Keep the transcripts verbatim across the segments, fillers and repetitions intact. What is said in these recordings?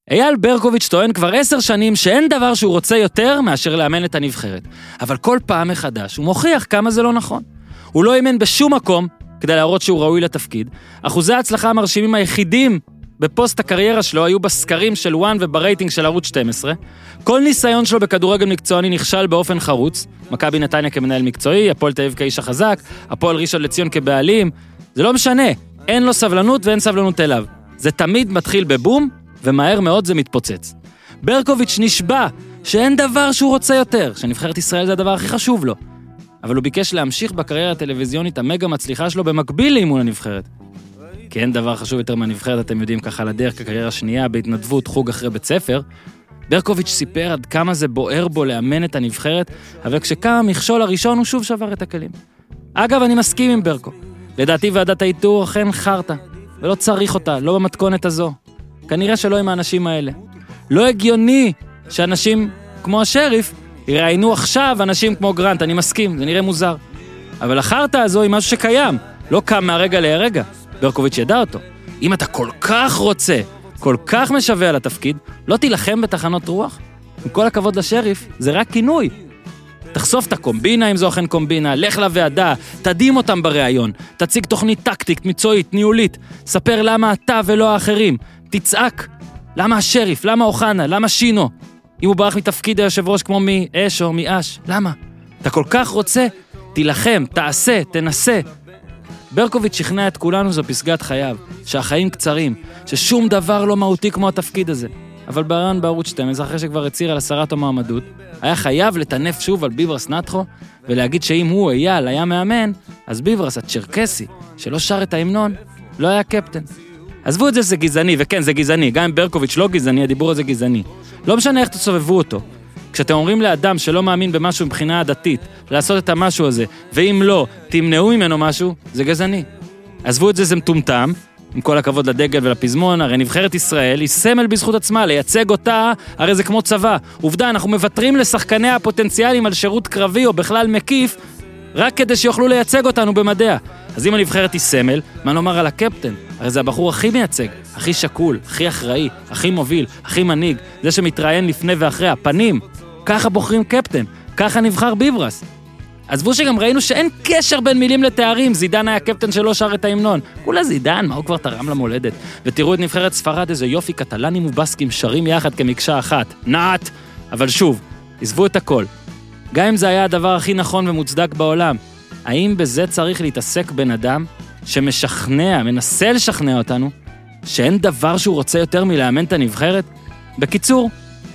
אייל ברקוביץ' טוען כבר עשר שנים שאין דבר שהוא רוצה יותר מאשר לאמן את הנבחרת. אבל כל פעם מחדש הוא מוכיח כמה זה לא נכון. הוא לא אימן בשום מקום כדי להראות שהוא ראוי לתפקיד. אחוזי ההצלחה המרשימים היחידים בפוסט הקריירה שלו היו בסקרים של וואן וברייטינג של ערוץ שתים עשרה. כל ניסיון שלו בכדורגל מקצועני נכשל באופן חרוץ. מכבי נתניה כמנהל מקצועי, הפועל תל אביב כאיש החזק, הפועל ראשון לציון כבעלים. זה לא משנה, אין לו סבלנות ואין סבלנות אליו. זה תמיד מתחיל בבום, ומהר מאוד זה מתפוצץ. ברקוביץ' נשבע שאין דבר שהוא רוצה יותר, שנבחרת ישראל זה הדבר הכי חשוב לו. אבל הוא ביקש להמשיך בקריירה הטלוויזיונית המגה מצליחה שלו במקביל לאימון הנבחרת. כי אין דבר חשוב יותר מהנבחרת, אתם יודעים, ככה לדרך כקריירה שנייה, בהתנדבות, חוג אחרי בית ספר. ברקוביץ' סיפר עד כמה זה בוער בו לאמן את הנבחרת, אבל כשקם המכשול הראשון הוא שוב שבר את הכלים. אגב, אני מסכים עם ברקו. לדעתי ועדת האיתור אכן חרטה, ולא צריך אותה, לא במתכונת הזו. כנראה שלא עם האנשים האלה. לא הגיוני שאנשים כמו השריף יראיינו עכשיו אנשים כמו גרנט, אני מסכים, זה נראה מוזר. אבל החרטה הזו היא משהו שקיים, לא קם מהרגע להרגע. ברקוביץ' ידע אותו. אם אתה כל כך רוצה, כל כך משווה על התפקיד, לא תילחם בתחנות רוח? עם כל הכבוד לשריף, זה רק כינוי. תחשוף את הקומבינה, אם זו אכן קומבינה, לך לוועדה, תדים אותם בראיון, תציג תוכנית טקטית, מקצועית, ניהולית, ספר למה אתה ולא האחרים, תצעק, למה השריף, למה אוחנה, למה שינו, אם הוא ברח מתפקיד היושב ראש כמו מאש או מאש, למה? אתה כל כך רוצה, תילחם, תעשה, תנסה. ברקוביץ' שכנע את כולנו זו פסגת חייו, שהחיים קצרים, ששום דבר לא מהותי כמו התפקיד הזה. אבל ברעיון בערוץ שתים עשרה, אחרי שכבר הצהיר על הסרת המועמדות, היה חייב לטנף שוב על ביברס נטחו, ולהגיד שאם הוא, אייל, היה מאמן, אז ביברס הצ'רקסי, שלא שר את ההמנון, לא היה קפטן. עזבו את זה, זה גזעני, וכן, זה גזעני, גם אם ברקוביץ' לא גזעני, הדיבור הזה גזעני. לא משנה איך תסובבו אותו. כשאתם אומרים לאדם שלא מאמין במשהו מבחינה עדתית, לעשות את המשהו הזה, ואם לא, תמנעו ממנו משהו, זה גזעני. עזבו את זה, זה מטומטם, עם כל הכבוד לדגל ולפזמון, הרי נבחרת ישראל היא סמל בזכות עצמה, לייצג אותה, הרי זה כמו צבא. עובדה, אנחנו מבטרים לשחקני הפוטנציאלים על שירות קרבי או בכלל מקיף, רק כדי שיוכלו לייצג אותנו במדע. אז אם הנבחרת היא סמל, מה נאמר על הקפטן? הרי זה הבחור הכי מייצג, הכי שקול, הכי אחראי, הכי מוביל, הכי מנהיג, זה שמתראיין לפני ואחרי, הפנים. ככה בוחרים קפטן, ככה נבחר ביברס. עזבו שגם ראינו שאין קשר בין מילים לתארים, זידן היה קפטן שלא שר את ההמנון. כולה זידן, מה הוא כבר תרם למולדת? ותראו את נבחרת ספרד, איזה יופי, קטלנים ובסקים שרים יחד כמקשה אחת. נעת! אבל שוב, עזבו את הכל. גם אם זה היה הדבר הכי נכון ומוצדק בעולם, האם בזה צריך להתעסק בן אדם שמשכנע, מנסה לשכנע אותנו, שאין דבר שהוא רוצה יותר מלאמן את הנבחרת? בקיצור,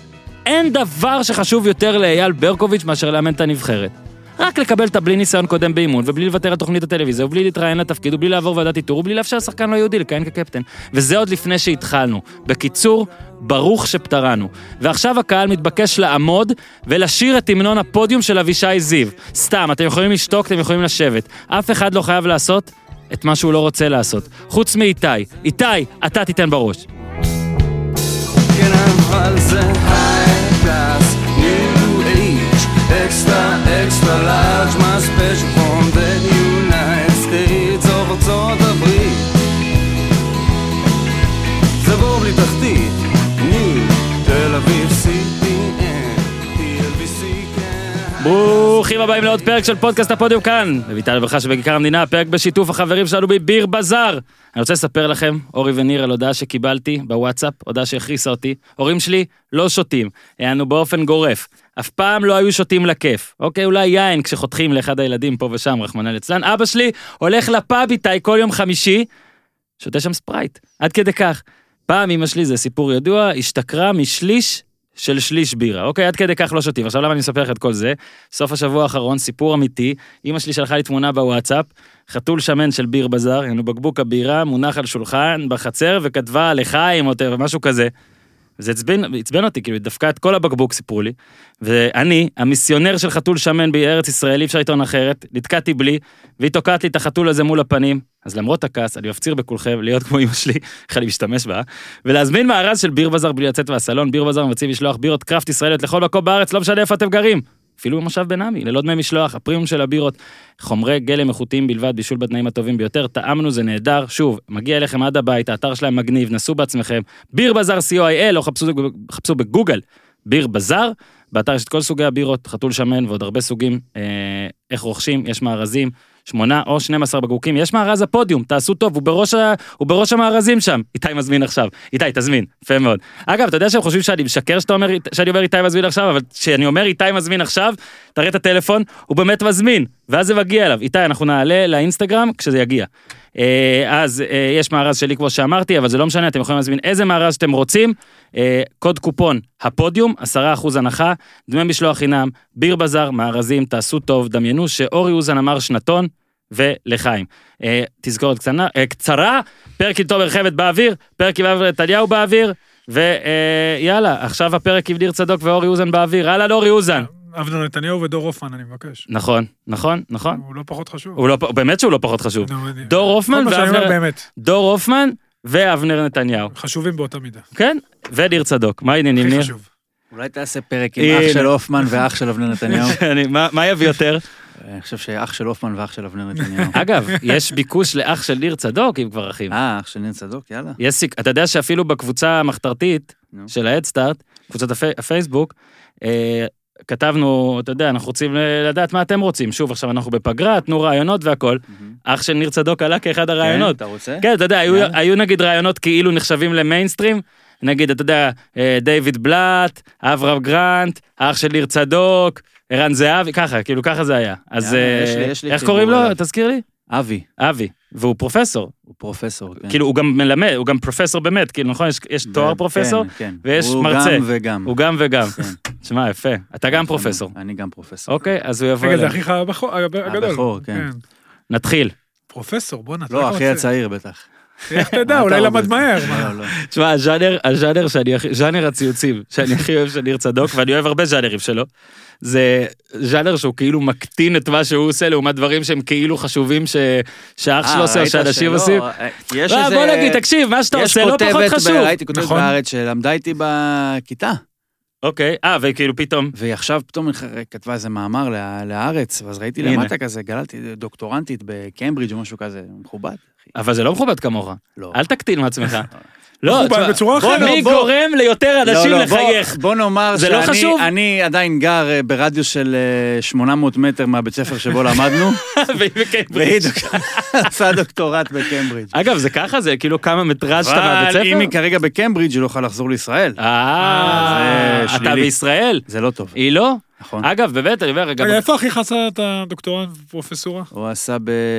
אין דבר שחשוב יותר לאייל ברקוביץ' מאשר לאמן את הנבחרת. רק לקבל את בלי ניסיון קודם באימון, ובלי לוותר על תוכנית הטלוויזיה, ובלי להתראיין לתפקיד, ובלי לעבור ועדת איתור, ובלי לאפשר שחקן לא יהודי לכהן כקפטן. וזה עוד לפני שהתחלנו. בקיצור, ברוך שפטרנו. ועכשיו הקהל מתבקש לעמוד ולשיר את המנון הפודיום של אבישי זיו. סתם, אתם יכולים לשתוק, אתם יכולים לשבת. אף אחד לא חייב לעשות את מה שהוא לא רוצה לעשות. חוץ מאיתי. איתי, אתה תיתן בראש. כן, אבל זה high class, new age, extra, extra large, my special from the United States of ארצות הברית. זה בור בלי תחתית, new, תל אביב, סי פי אן, טי אל וי סי, כן. ברוכים הבאים לעוד פרק של פודקאסט הפודיום כאן, בביתה לברכה שבכיכר המדינה, פרק בשיתוף החברים שלנו בביר בזאר. אני רוצה לספר לכם, אורי וניר, על הודעה שקיבלתי בוואטסאפ, הודעה שהכריסה אותי. הורים שלי לא שותים, היינו באופן גורף. אף פעם לא היו שותים לכיף. אוקיי, אולי יין כשחותכים לאחד הילדים פה ושם, רחמנא ליצלן. אבא שלי הולך לפאב איתי כל יום חמישי, שותה שם ספרייט. עד כדי כך. פעם אמא שלי, זה סיפור ידוע, השתכרה משליש של שליש בירה. אוקיי, עד כדי כך לא שותים. עכשיו למה אני מספר לך את כל זה? סוף השבוע האחרון, סיפור אמיתי. אמא שלי שלחה לי תמונה בוואטסאפ, חתול שמן של ביר בזאר, היינו בקבוק הבירה, מונח על שולחן בחצר, וכתבה לחיים או משהו כזה. זה עצבן, עצבן אותי, כי דווקא את כל הבקבוק סיפרו לי, ואני, המיסיונר של חתול שמן בארץ ישראל, אי אפשר עיתון אחרת, נתקעתי בלי, והיא תוקעת לי את החתול הזה מול הפנים, אז למרות הכעס, אני מפציר בכולכם להיות כמו אמא שלי, איך אני משתמש בה, ולהזמין מארז של ביר בזאר בלי לצאת מהסלון. ביר בזאר מציב לשלוח בירות קראפט ישראליות לכל מקום בארץ, לא משנה איפה אתם גרים. אפילו במושב בנעמי, ללא דמי משלוח, הפרימיום של הבירות, חומרי גלם איכותיים בלבד, בישול בתנאים הטובים ביותר, טעמנו, זה נהדר, שוב, מגיע אליכם עד הבית, האתר שלהם מגניב, נסו בעצמכם, ביר בזאר סי או איי אל, או חפשו, חפשו בגוגל, ביר בזאר, באתר יש את כל סוגי הבירות, חתול שמן ועוד הרבה סוגים, אה, איך רוכשים, יש מארזים, שמונה או שנים עשר בקבוקים, יש מארז הפודיום, תעשו טוב, הוא בראש, ה... הוא בראש המארזים שם, איתי מזמין עכשיו, איתי תזמין, יפה מאוד. אגב, אתה יודע שהם חושבים שאני משקר שאתה אומר, שאני אומר איתי מזמין עכשיו, אבל כשאני אומר איתי מזמין עכשיו, תראה את הטלפון, הוא באמת מזמין, ואז זה מגיע אליו. איתי, אנחנו נעלה לאינסטגרם כשזה יגיע. אז יש מארז שלי כמו שאמרתי, אבל זה לא משנה, אתם יכולים להזמין איזה מארז שאתם רוצים, קוד קופון, הפודיום, עשרה אחוז הנחה, דמי משלוח חינם, ביר בזאר, מארזים, תעשו טוב, דמיינו שאורי אוזן אמר שנתון, ולחיים. תזכורת קצרה, פרק עם תומר חבד באוויר, פרק עם אבנר נתניהו באוויר, ויאללה, עכשיו הפרק עם ניר צדוק ואורי אוזן באוויר, הלאה לאורי אוזן. אבנר נתניהו ודור הופמן, אני מבקש. נכון, נכון, נכון. הוא לא פחות חשוב. הוא לא, באמת שהוא לא פחות חשוב. דור הופמן ואבנר, דור הופמן ואבנר נתניהו. חשובים באותה מידה. כן, וניר צדוק. מה העניינים, ניר? אולי תעשה פרק עם אח של הופמן ואח של אבנר נתניהו. מה יביא יותר? אני חושב שאח של הופמן ואח של אבנר נתניהו. אגב, יש ביקוש לאח של ניר צדוק, אם כבר אחים. אה, אח של ניר צדוק, יאללה. אתה יודע שאפילו בקבוצה המחתרתית של ההדסטארט, קבוצת הפייסבוק, כתבנו, אתה יודע, אנחנו רוצים לדעת מה אתם רוצים. שוב, עכשיו אנחנו בפגרה, תנו רעיונות והכל. אח של ניר צדוק עלה כאחד הרעיונות. כן, אתה רוצה? כן, אתה יודע, היו נגיד רעיונות כאילו נחשבים למיינסטרים, נגיד, אתה יודע, דיוויד בלאט, אברהם גרנט, האח של ניר צדוק, ערן זהבי, ככה, כאילו ככה זה היה. אז איך קוראים לו? תזכיר לי? אבי. אבי, והוא פרופסור. הוא פרופסור, כן. כאילו הוא גם מלמד, הוא גם פרופסור באמת, כאילו נכון, יש תואר פרופסור, ויש מרצה. הוא גם וגם. הוא גם וגם. תשמע, יפה. אתה גם פרופסור. אני גם פרופסור. אוקיי, אז הוא יבוא רגע, זה אחיך הגדול. הבכור, כן. נתחיל. פרופסור, בוא נתחיל. לא, אחי הצעיר בטח. איך תדע, אולי למד מהר. תשמע, הז'אנר שאני הכי, ז'אנר הציוצים, שאני הכי אוהב של ניר צדוק, ואני אוהב הרבה ז'אנרים שלו, זה ז'אנר שהוא כאילו מקטין את מה שהוא עושה, לעומת דברים שהם כאילו חשובים שאח שלו עושה, שאנשים עושים. בוא נגיד, תקשיב, מה שאתה עושה לא פחות חשוב. ראיתי כותבת בארץ שלמדה איתי בכיתה. אוקיי, אה, וכאילו פתאום. והיא עכשיו פתאום כתבה איזה מאמר לארץ, ואז ראיתי למטה כזה, גללתי דוקטורנטית בקיימברידג' או משהו כזה, מכובד. אבל זה לא מכובד כמוך. לא. אל תקטין מעצמך. לא, בצורה אחרת. מי גורם ליותר אנשים לחייך? בוא נאמר שאני עדיין גר ברדיוס של שמונה מאות מטר מהבית ספר שבו למדנו. והיא עושה דוקטורט בקיימברידג'. אגב, זה ככה? זה כאילו כמה מטראז' שאתה מהבית ספר? אבל אם היא כרגע בקיימברידג' היא לא יכולה לחזור לישראל. אה, אתה בישראל? זה לא טוב. היא לא? נכון. אגב, באמת, אני אומר, רגע... איפה אחיך עשה את הדוקטורט פרופסורה? הוא עשה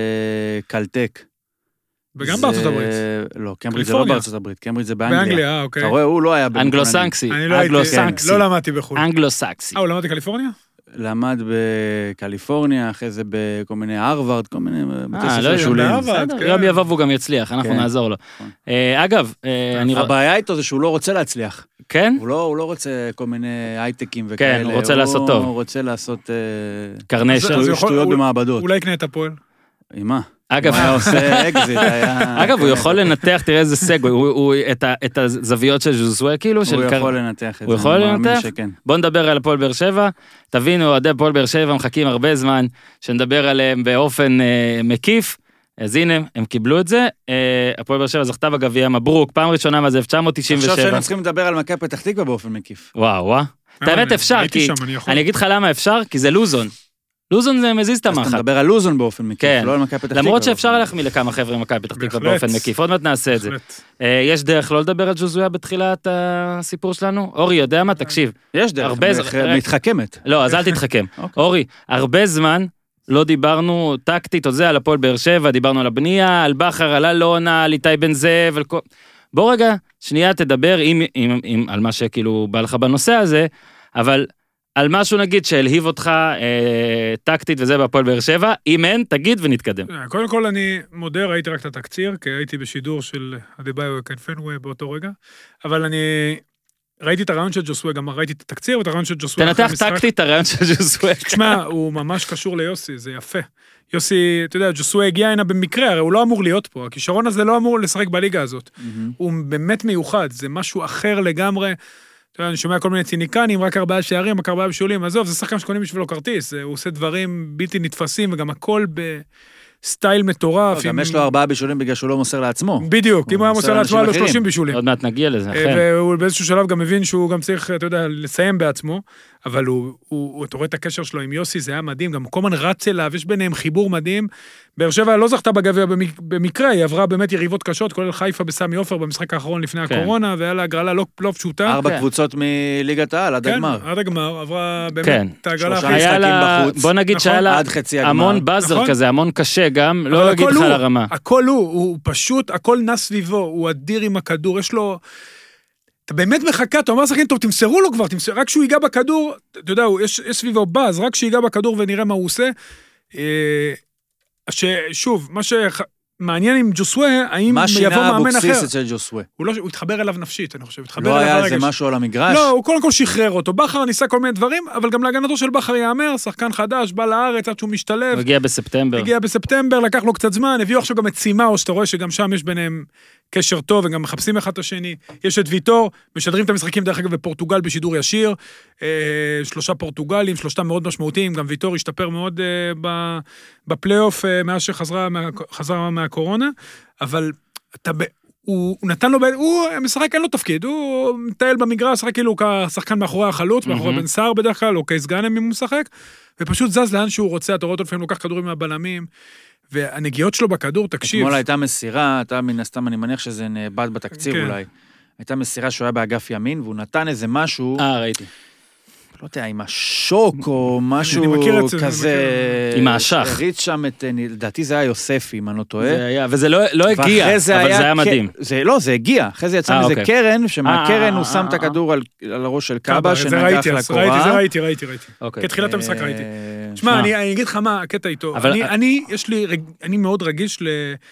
בקלטק. וגם בארצות הברית. לא, קיימברידג' זה לא בארצות הברית, קיימברידג' זה באנגליה. באנגליה, אוקיי. אתה רואה, הוא לא היה... אנגלו-סקסי. אני לא הייתי, לא למדתי בחו"ל. אנגלו-סקסי. אה, הוא למד בקליפורניה? למד בקליפורניה, אחרי זה בכל מיני הרווארד, כל מיני בתי ספר שולים. יום יבוא והוא גם יצליח, אנחנו נעזור לו. אגב, הבעיה איתו זה שהוא לא רוצה להצליח. כן? הוא לא רוצה כל מיני הייטקים וכאלה. כן, הוא רוצה לעשות טוב. הוא רוצה לעשות... קרנשן. שטויות במעבדות. אולי יקנה את הפועל. עם מה? אגב, הוא היה עושה אקזיט, היה... אגב, הוא יכול לנתח, תראה איזה סגווי, את הזוויות של ז'וזווה, כאילו, הוא יכול לנתח את זה. הוא יכול לנתח? בוא נדבר על הפועל באר שבע, תבינו, אוהדי הפועל באר שבע מחכים הרבה זמן, שנדבר עליהם באופן מקיף, אז הנה, הם קיבלו את זה, הפועל באר שבע זכתה בגביע, מברוק, פעם ראשונה מאז אלף תשע מאות תשעים ושבע. עכשיו שהיינו צריכים לדבר על מכבי פתח תקווה באופן מקיף. וואו, וואו. האמת אפשר, כי אני אגיד לך למה אפשר, כי זה לוזון. לוזון זה מזיז את המחט. אז אתה מדבר על לוזון באופן מקיף, לא על מכבי פתח תקווה. למרות שאפשר להחמיא לכמה חבר'ה מכבי פתח תקווה באופן מקיף, עוד מעט נעשה את זה. יש דרך לא לדבר על ז'וזויה בתחילת הסיפור שלנו? אורי, יודע מה? תקשיב. יש דרך, מתחכמת. לא, אז אל תתחכם. אורי, הרבה זמן לא דיברנו טקטית או זה על הפועל באר שבע, דיברנו על הבנייה, על בכר, על אלונה, על איתי בן זאב, בוא רגע, שנייה תדבר על מה שכאילו בא לך בנושא הזה, אבל על משהו נגיד שהלהיב אותך אה, טקטית וזה בהפועל באר שבע, אם אין, תגיד ונתקדם. קודם כל אני מודה, ראיתי רק את התקציר, כי הייתי בשידור של אדיבאיו וקנפנווי באותו רגע, אבל אני ראיתי את הרעיון של ג'וסווה, גם ראיתי את התקציר ואת הרעיון של ג'וסווה. תנתח טקטית את הרעיון של ג'וסווה. תשמע, הוא ממש קשור ליוסי, זה יפה. יוסי, אתה יודע, ג'וסווה הגיע הנה במקרה, הרי הוא לא אמור להיות פה, הכישרון הזה לא אמור לשחק בליגה הזאת. הוא באמת מיוחד, זה משהו אחר לגמרי, אני שומע כל מיני ציניקנים, רק ארבעה שערים, רק ארבעה בישולים, עזוב, זה שחקן שקונים בשבילו כרטיס, הוא עושה דברים בלתי נתפסים, וגם הכל בסטייל מטורף. גם יש לו ארבעה בישולים בגלל שהוא לא מוסר לעצמו. בדיוק, אם הוא היה מוסר לעצמו, היה לו שלושים בישולים. עוד מעט נגיע לזה, אחר. והוא באיזשהו שלב גם מבין שהוא גם צריך, אתה יודע, לסיים בעצמו, אבל הוא, אתה רואה את הקשר שלו עם יוסי, זה היה מדהים, גם כל הזמן רץ אליו, יש ביניהם חיבור מדהים. באר שבע לא זכתה בגביע במקרה, היא עברה באמת יריבות קשות, כולל חיפה בסמי עופר במשחק האחרון לפני הקורונה, והיה לה הגרלה לא, לא פשוטה. ארבע קבוצות מליגת העל, עד הגמר. כן, עד הגמר, עברה באמת את הגרלה הכי משחקים בחוץ. בוא נגיד שהיה לה המון באזר כזה, המון קשה גם, לא אגיד לך על הרמה. הכל הוא, הוא פשוט, הכל נע סביבו, הוא אדיר עם הכדור, יש לו... אתה באמת מחכה, אתה אומר שחקן טוב, תמסרו לו כבר, תמסר, רק שהוא ייגע בכדור, אתה יודע, יש, יש סביבו באז, רק שיגע בכדור ונראה מה הוא עושה. ששוב, מה שמעניין עם ג'וסווה, האם יבוא מאמן אחר. מה שינה אבוקסיס אצל ג'וסווה? הוא, לא, הוא התחבר אליו נפשית, אני חושב. לא היה איזה משהו על המגרש? לא, הוא קודם כל שחרר אותו. בכר ניסה כל מיני דברים, אבל גם להגנתו של בכר יאמר, שחקן חדש, בא לארץ עד שהוא משתלב. הגיע בספטמבר. הגיע בספטמבר, לקח לו קצת זמן, הביאו עכשיו גם את סימאו, שאתה רואה שגם שם יש ביניהם קשר טוב, וגם מחפשים אחד את השני. יש את ויטור, משדרים את המשחקים דרך אגב בפורטוגל בשידור ישיר, אה, שלושה פורטוגלים, שלושתם מאוד משמעותיים, גם ויטור השתפר מאוד אה, בפלייאוף אה, מאז שחזרה חזרה מהקורונה, אבל אתה, הוא, הוא נתן לו, הוא משחק, אין לו תפקיד, הוא מטייל במגרש, שחק כאילו כשחקן מאחורי החלוץ, מאחורי בן סער בדרך כלל, או כסגן אם הוא משחק, ופשוט זז לאן שהוא רוצה, אתה רואה אותו לפעמים לוקח כדורים מהבלמים, והנגיעות שלו בכדור, תקשיב. אתמול הייתה מסירה, אתה מן הסתם, אני מניח שזה נאבד בתקציר כן. אולי. הייתה מסירה שהוא היה באגף ימין, והוא נתן איזה משהו... אה, ראיתי. לא יודע, עם השוק או משהו כזה... עם האשך. הריץ שם את... לדעתי זה היה יוספי, אם אני לא טועה. זה היה, וזה לא, לא הגיע, אבל זה היה מדהים. זה, לא, זה הגיע. אחרי זה יצא מזה קרן, שמהקרן הוא שם את הכדור על הראש של קאבה, שנגח לקורה. זה ראיתי, ראיתי, ראיתי. כתחילת המשחק ראיתי. שמע, אני אגיד לך מה, הקטע איתו. אני, יש לי, אני מאוד רגיש ל...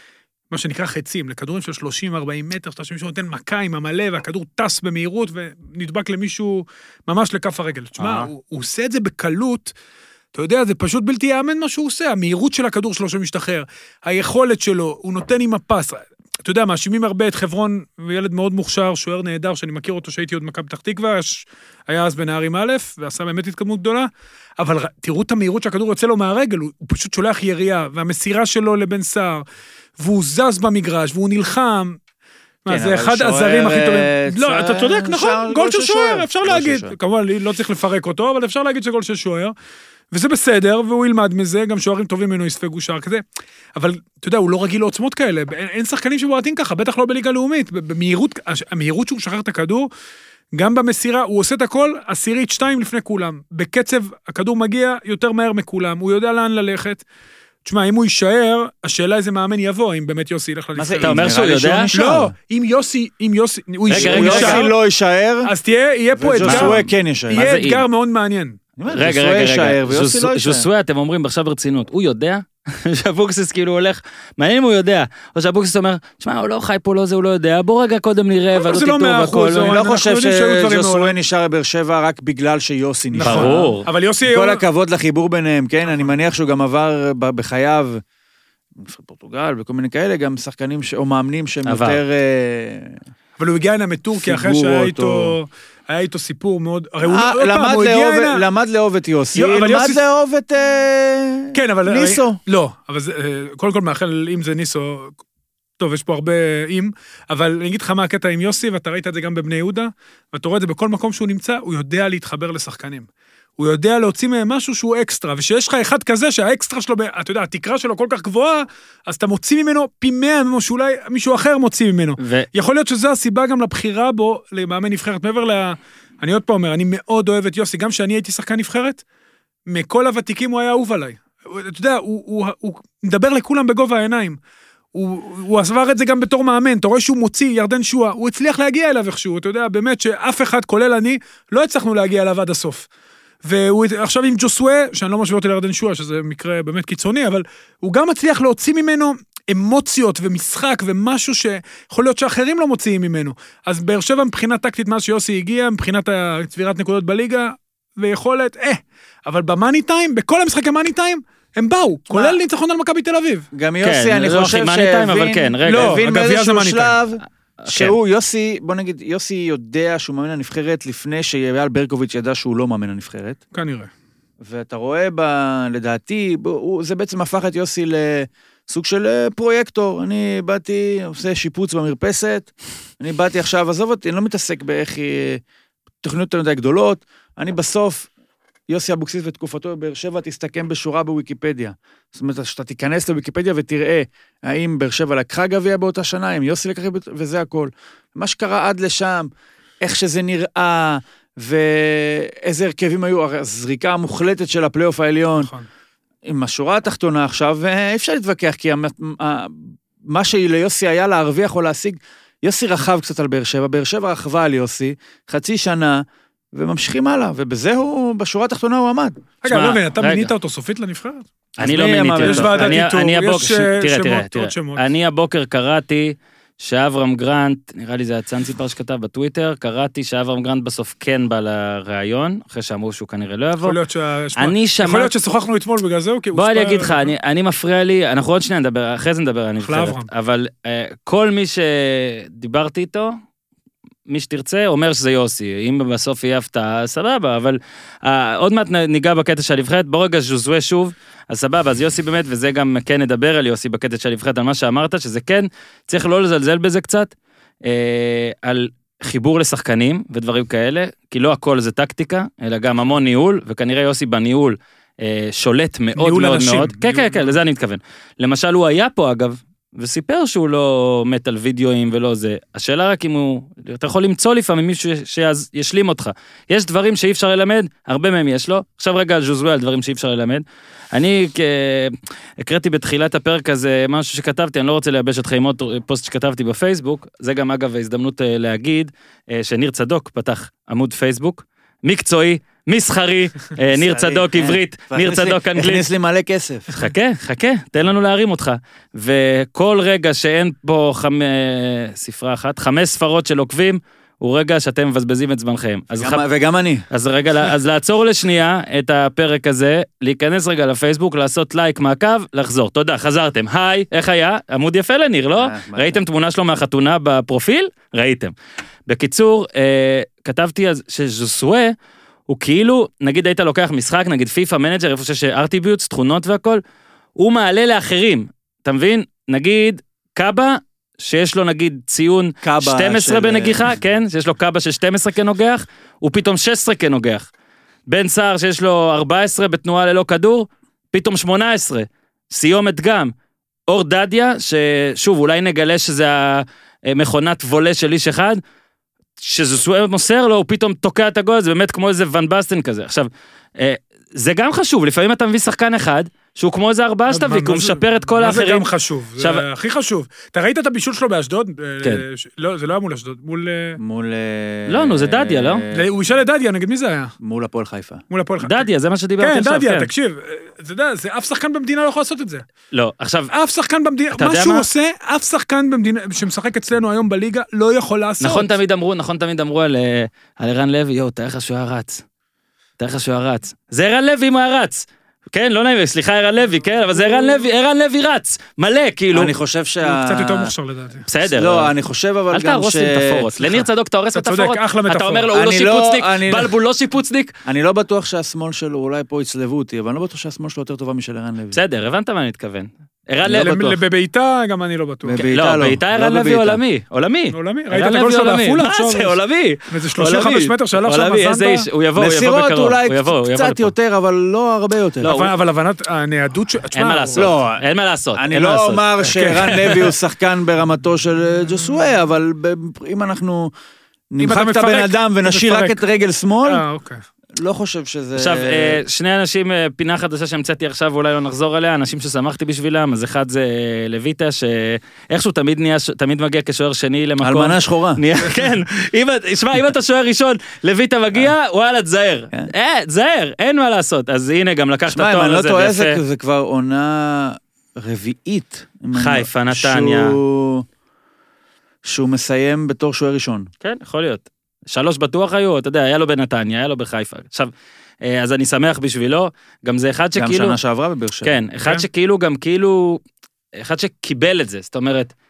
מה שנקרא חצים, לכדורים של שלושים ארבעים מטר, שאתה שמישהו נותן מכה עם המלא, והכדור טס במהירות, ונדבק למישהו ממש לכף הרגל. תשמע, הוא, הוא עושה את זה בקלות, אתה יודע, זה פשוט בלתי יאמן מה שהוא עושה, המהירות של הכדור שלו שמשתחרר, היכולת שלו, הוא נותן עם הפס, אתה יודע, מאשימים הרבה את חברון, וילד מאוד מוכשר, שוער נהדר, שאני מכיר אותו שהייתי עוד מכבי פתח תקווה, היה אז בנערים א', ועשה באמת התקדמות גדולה, אבל תראו את המהירות שהכדור יוצא לו מהרגל, הוא, הוא פשוט שולח ירייה, והמסירה שלו לבן סער, והוא זז במגרש, והוא נלחם, מה, זה אחד הזרים הכי טובים. לא, אתה צודק, נכון, גול של שוער, אפשר להגיד, כמובן, לא צריך לפרק אותו, אבל אפשר להגיד שגול של שוער, וזה בסדר, והוא ילמד מזה, גם שוערים טובים ממנו יספגו שער כזה, אבל אתה יודע, הוא לא רגיל לעוצמות כאלה, אין שחקנים שבועטים ככה, בטח לא בליגה לאומית, במהירות, המהירות שהוא משחרר את הכדור, גם במסירה, הוא עושה את הכל, עשירית שתיים לפני כולם, בקצב, הכדור מגיע יותר מהר מכולם, הוא יודע לאן ללכת, תשמע, אם הוא יישאר, השאלה איזה מאמן יבוא, אם באמת יוסי ילך לנבחרת. מה זה, אתה אומר שהוא יודע? לא, אם יוסי, אם יוסי, הוא יוסי לא יישאר, אז תהיה פה אתגר, וג'וסווה כן יישאר. יהיה אתגר מאוד מעניין. רגע, רגע, רגע, ז'וסווה, אתם אומרים עכשיו ברצינות, הוא יודע שאבוקסיס כאילו הולך, מעניין אם הוא יודע, או שאבוקסיס אומר, תשמע, הוא לא חי פה, לא זה, הוא לא יודע, בוא רגע קודם נראה, ועלות איתו והכל. אני לא חושב שז'וסווה נשאר בבאר שבע רק בגלל שיוסי נשאר. ברור. אבל יוסי... כל הכבוד לחיבור ביניהם, כן? אני מניח שהוא גם עבר בחייו, בפורטוגל, וכל מיני כאלה, גם שחקנים או מאמנים שהם יותר... אבל הוא הגיע הנה מטורקיה אחרי שהיה איתו... היה איתו סיפור מאוד... למד לאהוב את יוסי, למד לאהוב את ניסו. לא, אבל קודם כל מאחל, אם זה ניסו, טוב, יש פה הרבה אם, אבל אני אגיד לך מה הקטע עם יוסי, ואתה ראית את זה גם בבני יהודה, ואתה רואה את זה בכל מקום שהוא נמצא, הוא יודע להתחבר לשחקנים. הוא יודע להוציא מהם משהו שהוא אקסטרה, ושיש לך אחד כזה שהאקסטרה שלו, אתה יודע, התקרה שלו כל כך גבוהה, אז אתה מוציא ממנו פי מאה, שאולי מישהו אחר מוציא ממנו. ו... יכול להיות שזו הסיבה גם לבחירה בו, למאמן נבחרת, מעבר ל... אני עוד פעם אומר, אני מאוד אוהב את יוסי, גם שאני הייתי שחקן נבחרת, מכל הוותיקים הוא היה אהוב עליי. אתה יודע, הוא, הוא, הוא מדבר לכולם בגובה העיניים. הוא, הוא עבר את זה גם בתור מאמן, אתה רואה שהוא מוציא ירדן שואה, הוא הצליח להגיע אליו איכשהו, אתה יודע, באמת שאף אחד, כולל אני, לא הצלחנו להגיע אליו עד הסוף. והוא עכשיו עם ג'וסווה, שאני לא משווה אותי לירדן שואה, שזה מקרה באמת קיצוני, אבל הוא גם מצליח להוציא ממנו אמוציות ומשחק ומשהו שיכול להיות שאחרים לא מוציאים ממנו. אז באר שבע מבחינת טקטית מאז שיוסי הגיע, מבחינת הצבירת נקודות בליגה, ויכולת, אה, אבל במאני טיים, בכל המשחק המאני טיים, הם באו, כולל ניצחון על מכבי תל אביב. גם יוסי, אני חושב שהבין, אבל כן, רגע, הבין באיזשהו שלב, שהוא, יוסי, בוא נגיד, יוסי יודע שהוא מאמן הנבחרת לפני שאייל ברקוביץ' ידע שהוא לא מאמן הנבחרת. כנראה. ואתה רואה, ב, לדעתי, הוא, זה בעצם הפך את יוסי לסוג של פרויקטור. אני באתי, עושה שיפוץ במרפסת, אני באתי עכשיו, עזוב אותי, אני לא מתעסק באיך תוכניות יותר גדולות, אני בסוף, יוסי אבוקסיס ותקופתו בבאר שבע תסתכם בשורה בוויקיפדיה. זאת אומרת, שאתה תיכנס לוויקיפדיה ותראה האם באר שבע לקחה גביע באותה שנה, אם יוסי לקחה, וזה הכל. מה שקרה עד לשם, איך שזה נראה, ואיזה הרכבים היו, הזריקה המוחלטת של הפלייאוף העליון. נכון. עם השורה התחתונה עכשיו, אי אפשר להתווכח, כי מה שליוסי היה להרוויח או להשיג, יוסי רחב קצת על באר שבע, באר שבע רחבה על יוסי, חצי שנה, וממשיכים הלאה, ובזה הוא, בשורה התחתונה הוא עמד. רגע, לא מבין, אתה מינית אותו סופית לנבחרת? אני לא מיניתי אותו. יש ועדת איתור, יש שמות, עוד שמות. אני הבוקר קראתי שאברהם גרנט, נראה לי זה הצאן סיפר שכתב בטוויטר, קראתי שאברהם גרנט בסוף כן בא לראיון, אחרי שאמרו שהוא כנראה לא יבוא. יכול להיות ששוחחנו אתמול בגלל זה, בוא אני אגיד לך, אני מפריע לי, אנחנו עוד שניה נדבר, אחרי זה נדבר על הנבחרת, אבל כל מי שדיברתי איתו, מי שתרצה, אומר שזה יוסי. אם בסוף יהיה הפתעה, סבבה, אבל עוד מעט ניגע בקטע של הנבחרת, ברגע ז'וזואה שוב, אז סבבה, אז יוסי באמת, וזה גם כן נדבר על יוסי בקטע של הנבחרת, על מה שאמרת, שזה כן, צריך לא לזלזל בזה קצת, על חיבור לשחקנים ודברים כאלה, כי לא הכל זה טקטיקה, אלא גם המון ניהול, וכנראה יוסי בניהול שולט מאוד מאוד מאוד. כן, כן, כן, לזה אני מתכוון. למשל, הוא היה פה, אגב, וסיפר שהוא לא מת על וידאוים ולא זה. השאלה רק אם הוא, אתה יכול למצוא לפעמים מישהו שישלים אותך. יש דברים שאי אפשר ללמד, הרבה מהם יש לו. עכשיו רגע על ז'וזואה, על דברים שאי אפשר ללמד. אני הקראתי בתחילת הפרק הזה משהו שכתבתי, אני לא רוצה לייבש אתכם עם עוד פוסט שכתבתי בפייסבוק, זה גם אגב ההזדמנות להגיד, שניר צדוק פתח עמוד פייסבוק, מקצועי, מסחרי, ניר צדוק עברית, ניר צדוק אנגלית. הכניס לי מלא כסף. חכה, חכה, תן לנו להרים אותך. וכל רגע שאין פה ספרה אחת, חמש ספרות של עוקבים, הוא רגע שאתם מבזבזים את זמנכם. וגם אני. אז רגע, אז לעצור לשנייה את הפרק הזה, להיכנס רגע לפייסבוק, לעשות לייק, מעקב, לחזור. תודה, חזרתם. היי, איך היה? עמוד יפה לניר, לא? ראיתם תמונה שלו מהחתונה בפרופיל? ראיתם. בקיצור, כתבתי שז'וסואה, הוא כאילו, נגיד היית לוקח משחק, נגיד פיפה מנג'ר, איפה שיש ארטיביוטס, תכונות והכל, הוא מעלה לאחרים, אתה מבין? נגיד, קאבה, שיש לו נגיד ציון שתים עשרה בנגיחה, כן? שיש לו קאבה של שתים עשרה כנוגח, הוא פתאום שש עשרה כנוגח. בן סער שיש לו ארבע עשרה בתנועה ללא כדור, פתאום שמונה עשרה. סיומת גם. אור דדיה, ששוב, אולי נגלה שזה המכונת וולה של איש אחד, שז'וסואה מוסר לו, הוא פתאום תוקע את הגול, זה באמת כמו איזה ון בסטן כזה. עכשיו, זה גם חשוב, לפעמים אתה מביא שחקן אחד, שהוא כמו איזה ארבעה שתביא, הוא משפר את כל האחרים. זה גם חשוב, זה הכי חשוב. אתה ראית את הבישול שלו באשדוד? כן. לא, זה לא היה מול אשדוד, מול... מול... לא, נו, זה דדיה, לא? הוא ישאל לדדיה, נגד מי זה היה? מול הפועל חיפה. מול הפועל חיפה. דדיה, זה מה שדיברתי עכשיו. כן, דדיה, תקשיב, אתה יודע, אף שחקן במדינה לא יכול לעשות את זה. לא, עכשיו... אף שחקן במדינה, מה שהוא עושה, אף שחקן במדינה, שמשחק אצלנו היום בליגה, לא יכול לעשות. נכון תמיד אמרו, נכון תמיד אמרו על ערן לוי, יו, תאר לך שהוא היה רץ. תאר לך שהוא היה רץ. זה ערן לוי אם הוא היה רץ. כן, לא נעים, סליחה ערן לוי, כן, אבל זה ערן לוי, ערן לוי רץ, מלא, כאילו. אני חושב שה... הוא קצת יותר מוכשר לדעתי. בסדר. לא, אני חושב אבל גם ש... אל תהרוס לי מטאפורות. לניר צדוק, אתה הורס מטאפורות? אתה אומר לו, הוא לא שיפוצניק, בלבול לא שיפוצניק. אני לא בטוח שהשמאל שלו, אולי פה יצלבו אותי, אבל אני לא בטוח שהשמאל שלו יותר טובה משל ערן לוי. בסדר, הבנת מה אני מתכוון. בביתה גם אני לא בטוח. לא, ביתה ערן לוי עולמי, עולמי. עולמי, ראית את הגול שלו בעפולה? מה זה, עולמי? וזה שלושים וחמש מטר שהלך שם מזנדה. הוא יבוא, הוא יבוא בקרוב. אולי קצת יותר, אבל לא הרבה יותר. אבל הבנת הניידות... אין מה לעשות. לא, אין מה לעשות. אני לא אומר שערן לוי הוא שחקן ברמתו של ג'וסואה, אבל אם אנחנו נמחק את הבן אדם ונשאיר רק את רגל שמאל... אה, אוקיי. לא חושב שזה... עכשיו, שני אנשים, פינה חדשה שהמצאתי עכשיו, ואולי לא נחזור עליה, אנשים ששמחתי בשבילם, אז אחד זה לויטה, שאיכשהו תמיד נהיה, תמיד מגיע כשוער שני למקום. אלמנה שחורה. כן, שמע, אם אתה שוער ראשון, לויטה מגיע, וואלה, תזהר. אה, תזהר, אין מה לעשות. אז הנה, גם לקח את התואר הזה. שמע, אם אני לא טועה, זה כבר עונה רביעית. חיפה, נתניה. שהוא מסיים בתור שוער ראשון. כן, יכול להיות. שלוש בטוח היו, אתה יודע, היה לו בנתניה, היה לו בחיפה. עכשיו, אז אני שמח בשבילו, גם זה אחד שכאילו... גם שנה שעברה בבאר שבע. כן, אחד שכאילו, גם כאילו, אחד שקיבל את זה, זאת אומרת,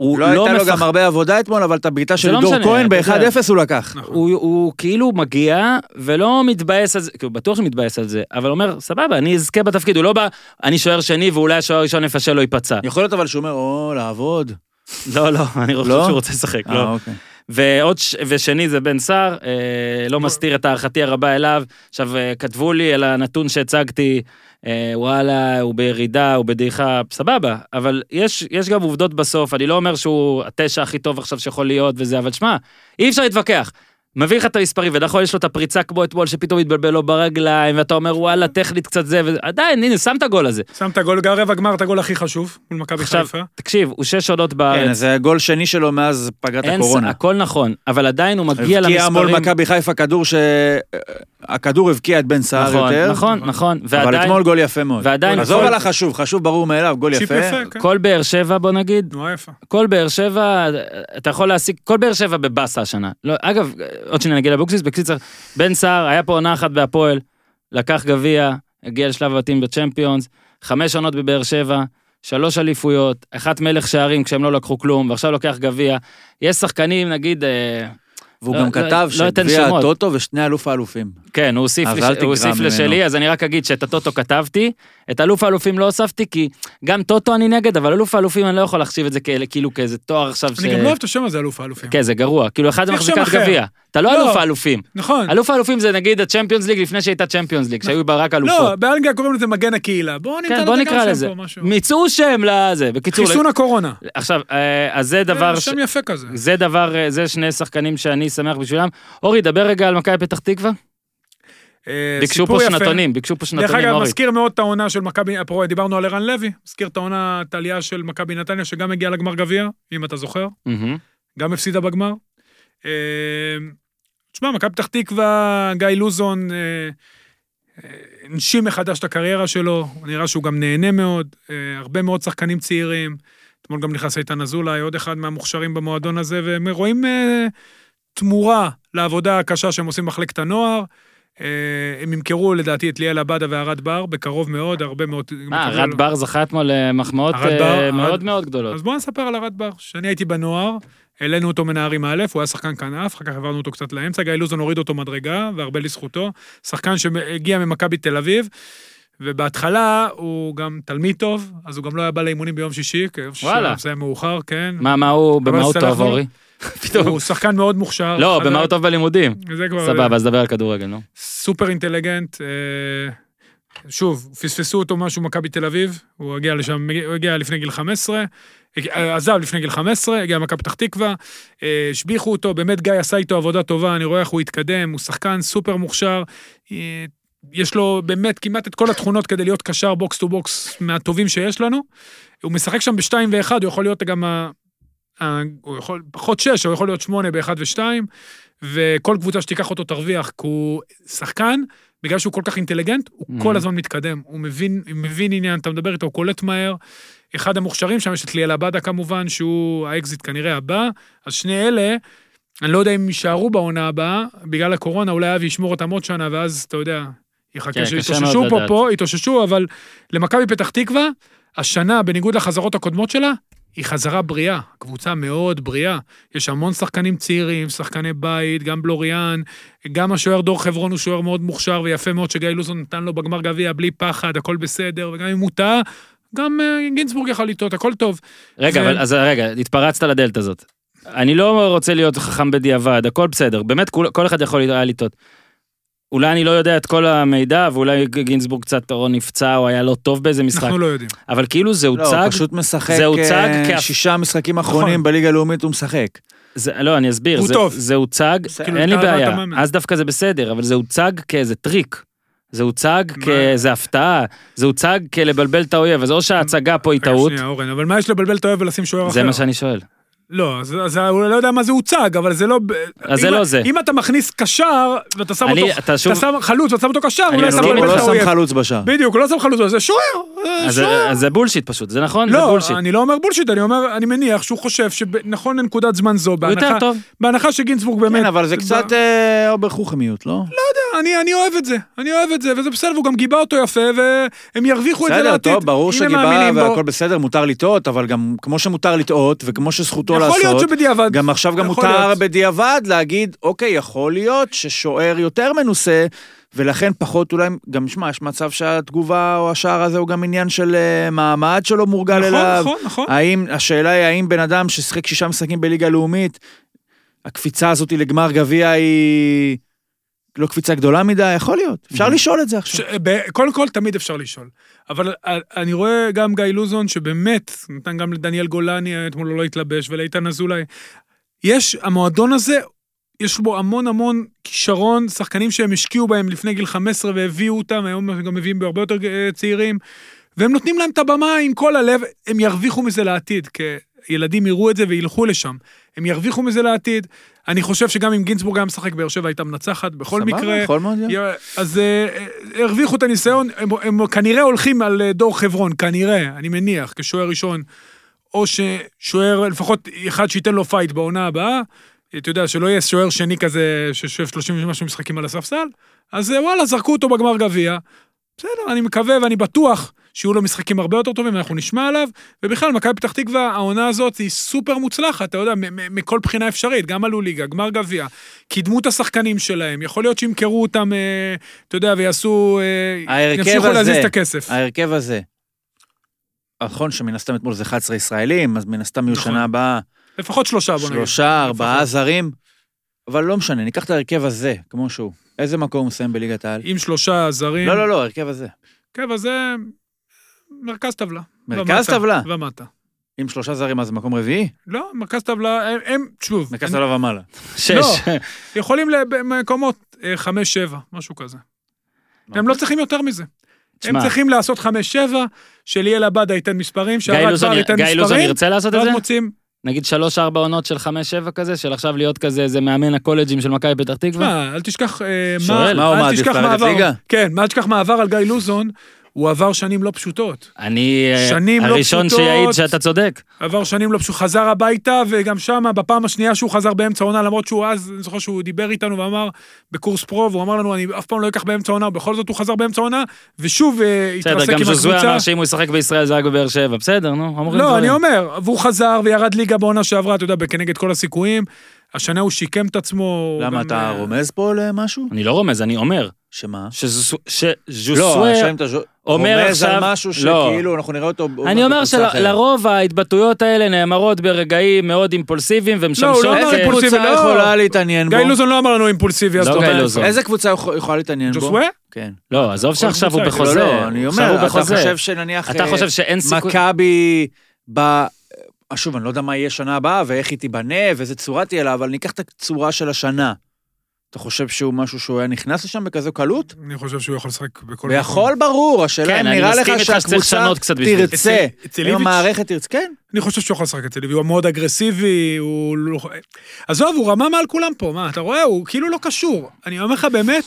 הוא לא לא הייתה לו מפח... גם הרבה עבודה אתמול, אבל את הבריטה של לא דור משנה, כהן אתה יודע. ב-אחד אפס הוא לקח. הוא, הוא כאילו מגיע ולא מתבאס על זה, כאילו בטוח שמתבאס על זה, אבל אומר, סבבה, אני אזכה בתפקיד, הוא לא בא, אני שוער שני ואולי השוער הראשון יפשל לא ייפצע. יכול להיות אבל שהוא אומר, או, לעבוד. לא, לא, אני חושב שהוא רוצה לשחק, לא. אוקיי. ועוד, ושני זה בן סער, אה, לא מסתיר את הערכתי הרבה אליו, עכשיו אה, כתבו לי על הנתון שהצגתי, אה, וואלה, הוא בירידה, הוא בדעיכה, סבבה, אבל יש, יש גם עובדות בסוף, אני לא אומר שהוא התשע הכי טוב עכשיו שיכול להיות וזה, אבל שמה, אי אפשר להתווכח. מביא לך את המספרים, ונכון יש לו את הפריצה כמו אתמול, שפתאום מתבלבל לו ברגליים, ואתה אומר, וואלה, טכנית קצת זה, ועדיין, הנה, שם את הגול הזה. שם את הגול, גם רבע גמר, את הגול הכי חשוב, מול מכבי חיפה. תקשיב, הוא שש עונות בארץ. כן, זה הגול שני שלו מאז פגרת הקורונה. הכל נכון, אבל עדיין הוא מגיע למספרים. הבקיע מול מכבי חיפה כדור ש... הכדור הבקיע את בן סער יותר. נכון, נכון, אבל אתמול גול יפה מאוד. ועדיין... עזוב על החשוב, חשוב ברור מאליו, גול יפה. כל באר שבע, בוא נגיד. נו, יפה. כל באר שבע, אתה יכול להשיג, כל באר שבע בבאסה השנה. אגב, עוד שני נגיד לבוקסיס, בקציצר, בן סער היה פה עונה אחת בהפועל, לקח גביע, הגיע לשלב הבתים בצ'מפיונס, חמש עונות בבאר שבע, שלוש אליפויות, אחת מלך שערים כשהם לא לקחו כלום, ועכשיו לוקח גביע. יש שחקנים, נגיד... והוא גם כתב שגביע הטוטו ושני אלוף האלופים. כן, הוא הוסיף לשלי, אז אני רק אגיד שאת הטוטו כתבתי, את אלוף האלופים לא הוספתי, כי גם טוטו אני נגד, אבל אלוף האלופים אני לא יכול לחשיב את זה כאילו כאיזה תואר עכשיו ש... אני גם לא אוהב את השם הזה, אלוף האלופים. כן, זה גרוע, כאילו אחד זה מחזיקת גביע. אתה לא אלוף האלופים. נכון. אלוף האלופים זה נגיד הצ'מפיונס ליג לפני שהייתה צ'מפיונס ליג, שהיו בה רק אלופות. לא, באנגליה קוראים לזה מגן הקהילה. בוא נקרא לזה. מיצאו שם לזה. בקיצור, חיסון הקורונה. עכשיו, אז זה דבר... שם יפה כזה. זה דבר, זה שני שחקנים שאני שמח בשבילם. אורי, דבר רגע על מכבי פתח תקווה. ביקשו פה שנתונים, ביקשו פה שנתונים, אורי. דרך אגב, מזכיר מאוד את העונה של מכבי, דיברנו על ערן לוי, מזכיר את העונה, את העלייה של מכבי נתניה, שגם הגיעה לגמר גביע, אם אתה זוכר. גם הפסידה בגמר. תשמע, מכבי פתח תקווה, גיא לוזון, נשים מחדש את הקריירה שלו, נראה שהוא גם נהנה מאוד, הרבה מאוד שחקנים צעירים, אתמול גם נכנס איתן אזולאי, עוד אחד מהמוכשרים במועדון הזה, והם רואים תמורה לעבודה הקשה שהם עושים מחלקת הנוער, הם ימכרו לדעתי את ליאל עבדה והרד בר, בקרוב מאוד, הרבה מאוד... אה, הרד בר זכה אתמול למחמאות מאוד מאוד גדולות. אז בואו נספר על הרד בר, שאני הייתי בנוער, העלינו אותו מנערים א', הוא היה שחקן כנף, אחר כך העברנו אותו קצת לאמצע, גיא לוזון הוריד אותו מדרגה, והרבה לזכותו, שחקן שהגיע ממכבי תל אביב, ובהתחלה הוא גם תלמיד טוב, אז הוא גם לא היה בא לאימונים ביום שישי, וואלה. זה היה מאוחר, כן. מה הוא, במה הוא טוב, אורי? הוא שחקן מאוד מוכשר. לא, במה הוא טוב בלימודים. סבבה, אז דבר על כדורגל, נו. סופר אינטליגנט, שוב, פספסו אותו משהו מכבי תל אביב, הוא הגיע לשם, הוא הגיע לפני גיל חמש עשרה, עזב לפני גיל חמש עשרה, הגיע מכבי פתח תקווה, שביחו אותו, באמת גיא עשה איתו עבודה טובה, אני רואה איך הוא התקדם, הוא שחקן סופר מוכשר, יש לו באמת כמעט את כל התכונות כדי להיות קשר בוקס טו בוקס מהטובים שיש לנו, הוא משחק שם בשתיים ואחד, הוא יכול להיות גם ה... הוא יכול, פחות שש, הוא יכול להיות שמונה באחד ושתיים, וכל קבוצה שתיקח אותו תרוויח, כי הוא שחקן, בגלל שהוא כל כך אינטליגנט, הוא mm. כל הזמן מתקדם, הוא מבין, מבין עניין, אתה מדבר איתו, הוא קולט מהר, אחד המוכשרים שם יש את ליאל עבדה כמובן, שהוא האקזיט כנראה הבא, אז שני אלה, אני לא יודע אם יישארו בעונה הבאה, בגלל הקורונה, אולי אבי ישמור אותם עוד שנה, ואז אתה יודע, יחכה כן, שיתוששו פה פה, יתוששו, אבל למכבי פתח תקווה, השנה, בניגוד לחזרות הקודמות שלה, היא חזרה בריאה, קבוצה מאוד בריאה, יש המון שחקנים צעירים, שחקני בית, גם בלוריאן, גם השוער דור חברון הוא שוער מאוד מוכשר ויפה מאוד, שגיא לוזון נתן לו בגמר גביע בלי פחד, הכל בסדר, וגם אם הוא טעה, גם גינסבורג יכל לטעות, הכל טוב. רגע, ו... אבל, אז רגע, התפרצת לדלת הזאת. אני לא רוצה להיות חכם בדיעבד, הכל בסדר, באמת כל, כל אחד יכול לטעות. אולי אני לא יודע את כל המידע, ואולי גינסבורג קצת או נפצע, או היה לא טוב באיזה משחק. אנחנו לא יודעים. אבל כאילו זה הוצג... לא, הוא פשוט משחק שישה משחקים אחרונים בליגה הלאומית הוא משחק. לא, אני אסביר. הוא טוב. זה הוצג, אין לי בעיה. אז דווקא זה בסדר, אבל זה הוצג כאיזה טריק. זה הוצג כאיזה הפתעה. זה הוצג כלבלבל את האויב. אז או שההצגה פה היא טעות. שנייה, אורן, אבל מה יש לבלבל את האויב ולשים שוער אחר? זה מה שאני שואל. לא, אז, אז הוא לא יודע מה זה הוצג, אבל זה לא... אז זה לא זה. אם אתה מכניס קשר, ואתה שם אותו, אתה שם חלוץ, ואתה שם אותו קשר, אולי שם הוא לא שם חלוץ בשער. בדיוק, הוא לא שם חלוץ, זה שוער, שוער. אז זה בולשיט פשוט, זה נכון? לא, אני לא אומר בולשיט, אני אומר, אני מניח שהוא חושב שנכון לנקודת זמן זו, בהנחה שגינסבורג באמת... כן, אבל זה קצת אובר חוכמיות, לא? לא יודע, אני, אני אוהב את זה, אני אוהב את זה, וזה בסדר, והוא גם גיבה אותו יפה, והם ירוויחו את זה לעתיד. בסדר, טוב, ברור שגיבה והכל בסדר, מותר לטעות, אבל גם כמו שמותר לטעות, וכמו שזכותו לעשות, יכול להיות שבדיעבד. גם עכשיו גם מותר בדיעבד להגיד, אוקיי, יכול להיות ששוער יותר מנוסה, ולכן פחות אולי, גם שמע, יש מצב שהתגובה או השער הזה הוא גם עניין של מעמד שלו מורגל נכון, אליו. נכון, נכון. האם, השאלה היא, האם בן אדם ששחק שישה משחקים בליגה לאומית, הקפיצה הזאת לגמר גביע היא לא קפיצה גדולה מדי, יכול להיות. אפשר לשאול את זה עכשיו. קודם כל, תמיד אפשר לשאול. אבל אני רואה גם גיא לוזון, שבאמת, נתן גם לדניאל גולני, אתמול לא התלבש, ולאיתן אזולאי. יש, המועדון הזה, יש בו המון המון כישרון, שחקנים שהם השקיעו בהם לפני גיל חמש עשרה, והביאו אותם, היום הם גם מביאים בהרבה יותר צעירים, והם נותנים להם את הבמה עם כל הלב, הם ירוויחו מזה לעתיד, כי ילדים יראו את זה וילכו לשם. הם ירוויחו מזה לעתיד. אני חושב שגם אם גינסבורג היה משחק באר שבע הייתה מנצחת, בכל סבבה, מקרה. יכול מאוד. אז uh, הרוויחו את הניסיון, הם, הם כנראה הולכים על דור חברון, כנראה, אני מניח, כשוער ראשון, או ששוער, לפחות אחד שייתן לו פייט בעונה הבאה, אתה יודע, שלא יהיה שוער שני כזה, ששואף שלושים ומשהו משחקים על הספסל, אז וואלה, זרקו אותו בגמר גביע. בסדר, אני מקווה ואני בטוח שיהיו לו משחקים הרבה יותר טובים, אנחנו נשמע עליו, ובכלל, מכבי פתח תקווה, העונה הזאת היא סופר מוצלחת, אתה יודע, מכל בחינה אפשרית, גם עלו ליגה, גמר גביע, קידמו את השחקנים שלהם, יכול להיות שימכרו אותם, אתה יודע, ויעשו, ימשיכו להזיז את הכסף. ההרכב הזה, נכון שמן הסתם אתמול זה אחד עשר ישראלים, אז מן הסתם יהיו שנה הבאה, לפחות שלושה, בוא נגיד. שלושה, ארבעה זרים, אבל לא משנה, ניקח את ההרכב הזה, כמו שהוא. איזה מקום הוא מסיים בליגת העל? עם שלושה זרים. לא, לא, לא, הרכב הזה. הרכב הזה, מרכז טבלה. מרכז טבלה? ומטה. עם שלושה זרים, אז מקום רביעי? לא, מרכז טבלה, הם, הם שוב. מרכז טבלה ומעלה. שש. לא, יכולים למקומות חמש, שבע, משהו כזה. הם לא צריכים יותר מזה. הם צריכים לעשות חמש, שבע, שליאל עבדה ייתן מספרים, שהרק כבר ייתן מספרים. גיא לוזון ירצה לעשות את זה? מוצאים... נגיד שלוש, ארבע עונות של חמש, שבע כזה, של עכשיו להיות כזה, זה מאמן הקולג'ים של מכבי פתח תקווה? מה, אל תשכח... שואל, מה הוא מעדיף לרדת ליגה? כן, מה אל תשכח מעבר על גיא לוזון, הוא עבר שנים לא פשוטות. אני הראשון שיעיד שאתה צודק. עבר שנים לא פשוט, חזר הביתה, וגם שם, בפעם השנייה שהוא חזר באמצע עונה, למרות שהוא אז, אני זוכר שהוא דיבר איתנו ואמר, בקורס פרו, והוא אמר לנו, אני אף פעם לא אקח באמצע עונה, ובכל זאת הוא חזר באמצע עונה, ושוב התרסק עם הקבוצה. גם ז'וזואה אמר שאם הוא ישחק בישראל, זה רק בבאר שבע, בסדר, נו, לא, אני אומר, והוא חזר וירד ליגה בעונה שעברה, אתה יודע, כנגד כל הסיכויים, השנה הוא שיקם את עצמו. למה, אתה רומז פה למשהו? אני לא רומז, אני אומר. שמה? שז'וסווה אומר עכשיו... רומז על משהו שכאילו אנחנו נראה אותו... אני אומר שלרוב ההתבטאויות האלה נאמרות ברגעים מאוד אימפולסיביים ומשמשות... לא, לא אימפולסיבי, לא יכולה להתעניין בו. גיא לוזון לא אמר לנו אימפולסיבי, אז לא גיא לוזון. איזה קבוצה יכולה להתעניין בו? ג'וסווה? כן. לא, עזוב שעכשיו הוא בחוזה. לא, אני אומר, אתה חושב שנניח... אתה חושב שאין סיכוי... מכבי ב... שוב, אני לא יודע מה יהיה שנה הבאה, ואיך היא תיבנה, ואיזה צורה תהיה לה, אבל ניקח את הצורה של השנה. אתה חושב שהוא משהו שהוא היה נכנס לשם בכזו קלות? אני חושב שהוא יכול לשחק בכל... ויכול ברור, השאלה אם נראה לך שהקבוצה תרצה, אם המערכת תרצה, כן. אני חושב שהוא יכול לשחק אצלי, והוא מאוד אגרסיבי, הוא... עזוב, הוא רמה מעל כולם פה, מה, אתה רואה? הוא כאילו לא קשור. אני אומר לך באמת...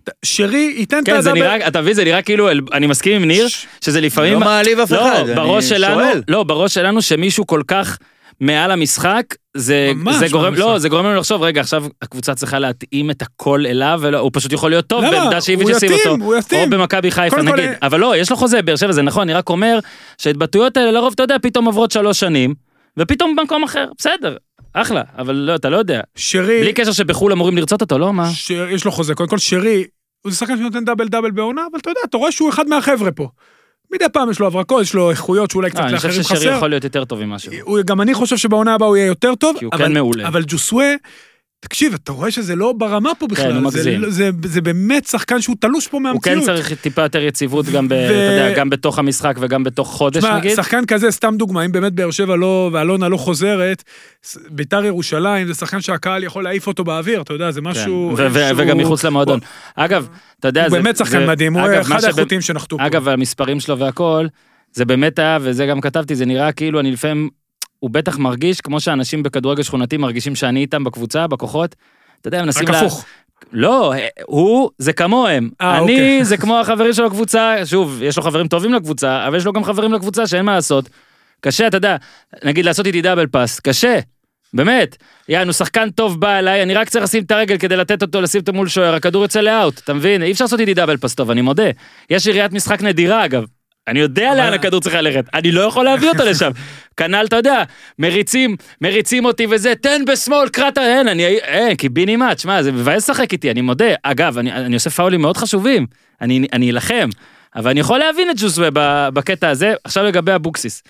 שרי ייתן את הדאבל... כן, אתה מבין, זה נראה כאילו, אני מסכים עם ניר, שזה לפעמים... לא מעליב אף אחד, אני שואל. לא, בראש שלנו שמישהו כל כך מעל המשחק, זה גורם, לא, זה גורם לנו לחשוב, רגע, עכשיו הקבוצה צריכה להתאים את הכל אליו, הוא פשוט יכול להיות טוב, בעמדה שאיביץ' ישים אותו, או במכבי חיפה, נגיד. אבל לא, יש לו חוזה, באר שבע, זה נכון, אני רק אומר, שההתבטאויות האלה לרוב, אתה יודע, פתאום עוברות שלוש שנים, ופתאום במקום אחר, בסדר. אחלה, אבל לא, אתה לא יודע. שרי... בלי קשר שבחול אמורים לרצות אותו, לא? מה? יש לו חוזה. קודם כל, שרי, הוא שחקן שנותן דאבל דאבל בעונה, אבל אתה יודע, אתה רואה שהוא אחד מהחבר'ה פה. מדי פעם יש לו הברקות, יש לו איכויות שאולי קצת לאחרים חסר. אני חושב ששרי יכול להיות יותר טוב ממשהו. גם אני חושב שבעונה הבאה הוא יהיה יותר טוב, כי הוא כן מעולה. אבל ג'וסווה, תקשיב, אתה רואה שזה לא ברמה פה בכלל. כן, הוא מגזים. זה, זה באמת שחקן שהוא תלוש פה מהמציאות. הוא כן צריך טיפה יותר יציבות גם, ב, אתה יודע, גם בתוך המשחק וגם בתוך חודש, שמה, נגיד. שחקן כזה, סתם דוגמה, אם באמת באר שבע לא, ואלונה לא חוזרת, ביתר ירושלים, זה שחקן שהקהל יכול להעיף אותו באוויר, אתה יודע, זה משהו... כן. ו- וגם מחוץ למועדון. אגב, אתה יודע, הוא זה... באמת שחקן זה, מדהים, הוא אחד האיכותיים שנחתו פה. אגב, המספרים שלו והכל, זה באמת היה, וזה גם כתבתי, זה נראה כאילו אני לפעמים, הוא בטח מרגיש, כמו שאנשים בכדורגל שכונתי מרגישים שאני איתם בקבוצה, בכוחות, אתה יודע, מנסים... רק הפוך. לא, הוא, זה כמוהם. אני, זה כמו החברים של הקבוצה, שוב, יש לו חברים טובים לקבוצה, אבל יש לו גם חברים לקבוצה שאין מה לעשות. קשה, אתה יודע, נגיד לעשות איתי דאבל פאס, קשה. באמת, יענו, שחקן טוב בא אליי, אני רק צריך לשים את הרגל כדי לתת אותו, לשים אותו מול שוער, הכדור יוצא לאאוט, אתה מבין? אי אפשר לעשות איתי דאבל פס טוב, אני מודה. יש יריית משחק נדירה, אגב. אני יודע לאן הכדור צריך ללכת, אני לא יכול להביא אותו לשם. כנ"ל, אתה יודע, מריצים, מריצים אותי וזה, תן בשמאל, קראת, אין, אני, אין, קיביני מאץ', מה, זה מבאס לשחק איתי, אני מודה. אגב, אני, אני עושה פאולים מאוד חשובים, אני, אני אלחם, אבל אני יכול להבין את ג'וסווה בקטע הזה. עכשיו לגבי אבוקסיס.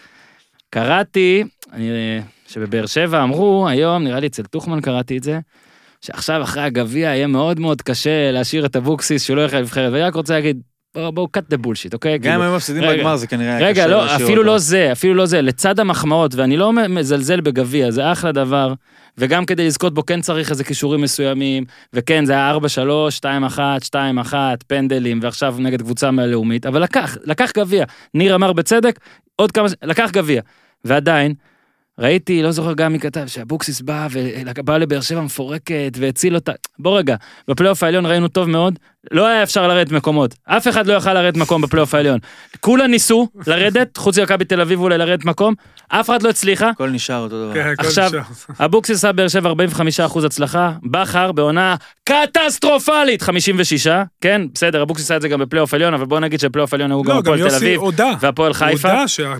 קראתי, אני, שבבאר שבע אמרו, היום, נראה לי אצל תוכמן קראתי את זה, שעכשיו אחרי הגביע יהיה מאוד מאוד קשה להשאיר את אבוקסיס, שהוא לא יחל לבחרת, ואני רק רוצה להגיד, בואו cut the bullshit, אוקיי? גם אם הם מפסידים בגמר זה כנראה היה קשה. רגע, אפילו לא זה, אפילו לא זה, לצד המחמאות, ואני לא מזלזל בגביע, זה אחלה דבר, וגם כדי לזכות בו כן צריך איזה קישורים מסוימים, וכן, זה היה ארבע שלוש, שתיים אחת, שתיים אחת, פנדלים, ועכשיו נגד קבוצה מהלאומית, אבל לקח, לקח גביע. ניר אמר בצדק, עוד כמה, לקח גביע. ועדיין, ראיתי, לא זוכר גם מי כתב, שאבוקסיס בא ובא לבאר שבע מפורקת והציל אותה. בוא רגע, בפלייאוף העליון ראינו טוב מאוד, לא היה אפשר לרדת מקומות. אף אחד לא יכל לרדת מקום בפלייאוף העליון. כולם ניסו לרדת, חוץ ממכבי תל אביב אולי לרדת מקום, אף אחד לא הצליחה. הכל נשאר אותו דבר. עכשיו, אבוקסיס עשה באר שבע ארבעים וחמישה אחוז הצלחה, בכר בעונה קטסטרופלית, חמישים ושש, כן, בסדר, אבוקסיס עשה את זה גם בפלייאוף העליון, אבל בוא נגיד שפלייאוף העליון הוא גם הפועל תל אביב והפועל חיפה.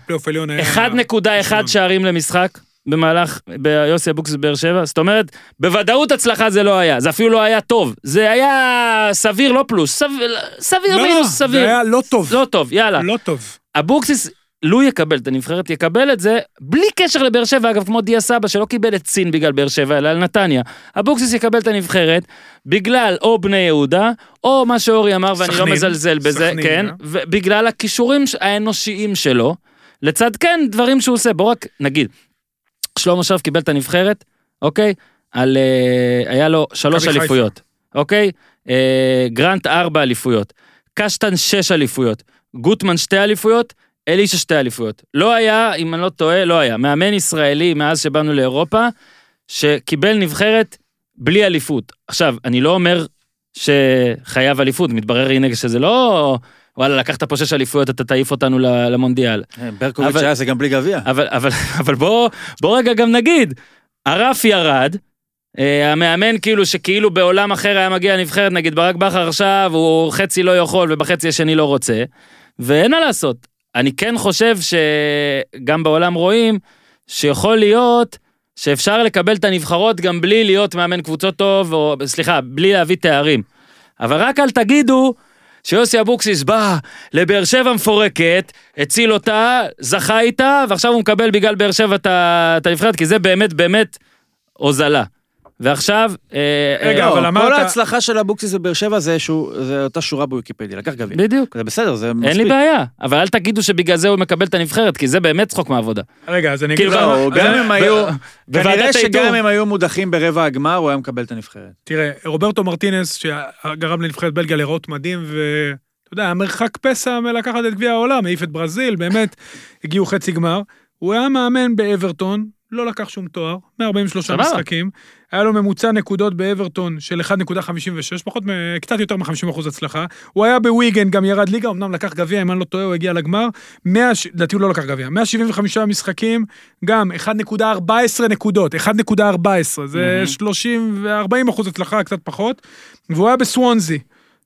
אחד נקודה אחת שערים למשחק במהלך ביוסי אבוקסיס באר שבע, זאת אומרת, בוודאות הצלחה זה לא היה, זה אפילו לא היה טוב, זה היה סביר לא פלוס, סביר, סביר לא, מינוס סביר. זה היה לא טוב. לא טוב, יאללה. לא טוב. אבוקסיס לא יקבל את הנבחרת, יקבל את זה, בלי קשר לבאר שבע, אגב, כמו דיה סבא, שלא קיבל את סין בגלל באר שבע, אלא על נתניה. אבוקסיס יקבל את הנבחרת, בגלל או בני יהודה, או מה שאורי אמר, ואני לא מזלזל בזה, כן, ובגלל הכישורים האנושיים שלו, לצד כן, דברים שהוא עושה, בוא רק נגיד, שלמה שרף קיבל את הנבחרת, אוקיי, על, היה לו שלוש אליפויות, אוקיי, גרנט ארבע אליפויות, קשטן שש אליפויות, גוטמן שתי אליפויות, אלישה שתי אליפויות. לא היה, אם אני לא טועה, לא היה. מאמן ישראלי מאז שבאנו לאירופה, שקיבל נבחרת בלי אליפות. עכשיו, אני לא אומר שחייב אליפות, מתברר הנה שזה לא, וואלה, לקחת פה שש אליפויות, אתה תעיף אותנו למונדיאל. ברקוביץ' היה זה גם בלי גביע. אבל, אבל, אבל בוא, בוא רגע גם נגיד, הרף ירד, המאמן כאילו שכאילו בעולם אחר היה מגיע נבחרת, נגיד ברק בכר עכשיו, הוא חצי לא יכול ובחצי השני לא רוצה, ואין מה לעשות. אני כן חושב שגם בעולם רואים שיכול להיות שאפשר לקבל את הנבחרות גם בלי להיות מאמן קבוצות טוב, או סליחה, בלי להביא תארים. אבל רק אל תגידו שיוסי אבוקסיס בא לבאר שבע מפורקת, הציל אותה, זכה איתה, ועכשיו הוא מקבל בגלל באר שבע את הנבחרת, כי זה באמת באמת הוזלה. ועכשיו, רגע, אבל אמרת... כל ההצלחה של אבוקסיס בבאר שבע זה אותה שורה בוויקיפדיה, לקח גביע. בדיוק. זה בסדר, זה מספיק. אין לי בעיה, אבל אל תגידו שבגלל זה הוא מקבל את הנבחרת, כי זה באמת צחוק מהעבודה. רגע, אז אני אגיד... גם אם היו... כנראה שגם אם היו מודחים ברבע הגמר, הוא היה מקבל את הנבחרת. תראה, רוברטו מרטינס, שגרם לנבחרת בלגיה לראות מדהים, ואתה יודע, המרחק פסע מלקחת את גביע העולם, העיף את ברזיל, באמת הגיעו חצי גמר. הוא היה מאמן באברטון, לא לקח שום תואר, מאה ארבעים ושלושה משחקים, היה לו ממוצע נקודות באברטון של אחת נקודה חמישים ושש, פחות, קצת יותר מ-חמישים אחוז הצלחה, הוא היה בוויגן, גם ירד ליגה, אמנם לקח גביע, אם אני לא טועה, הוא הגיע לגמר, לדעתי הוא לא לקח גביע, מאה שבעים וחמישה משחקים, גם אחת נקודה ארבע עשרה נקודות, אחת נקודה ארבע עשרה, זה שלושים ו-ארבעים אחוז הצלחה, קצת פחות, והוא היה בסוונזי,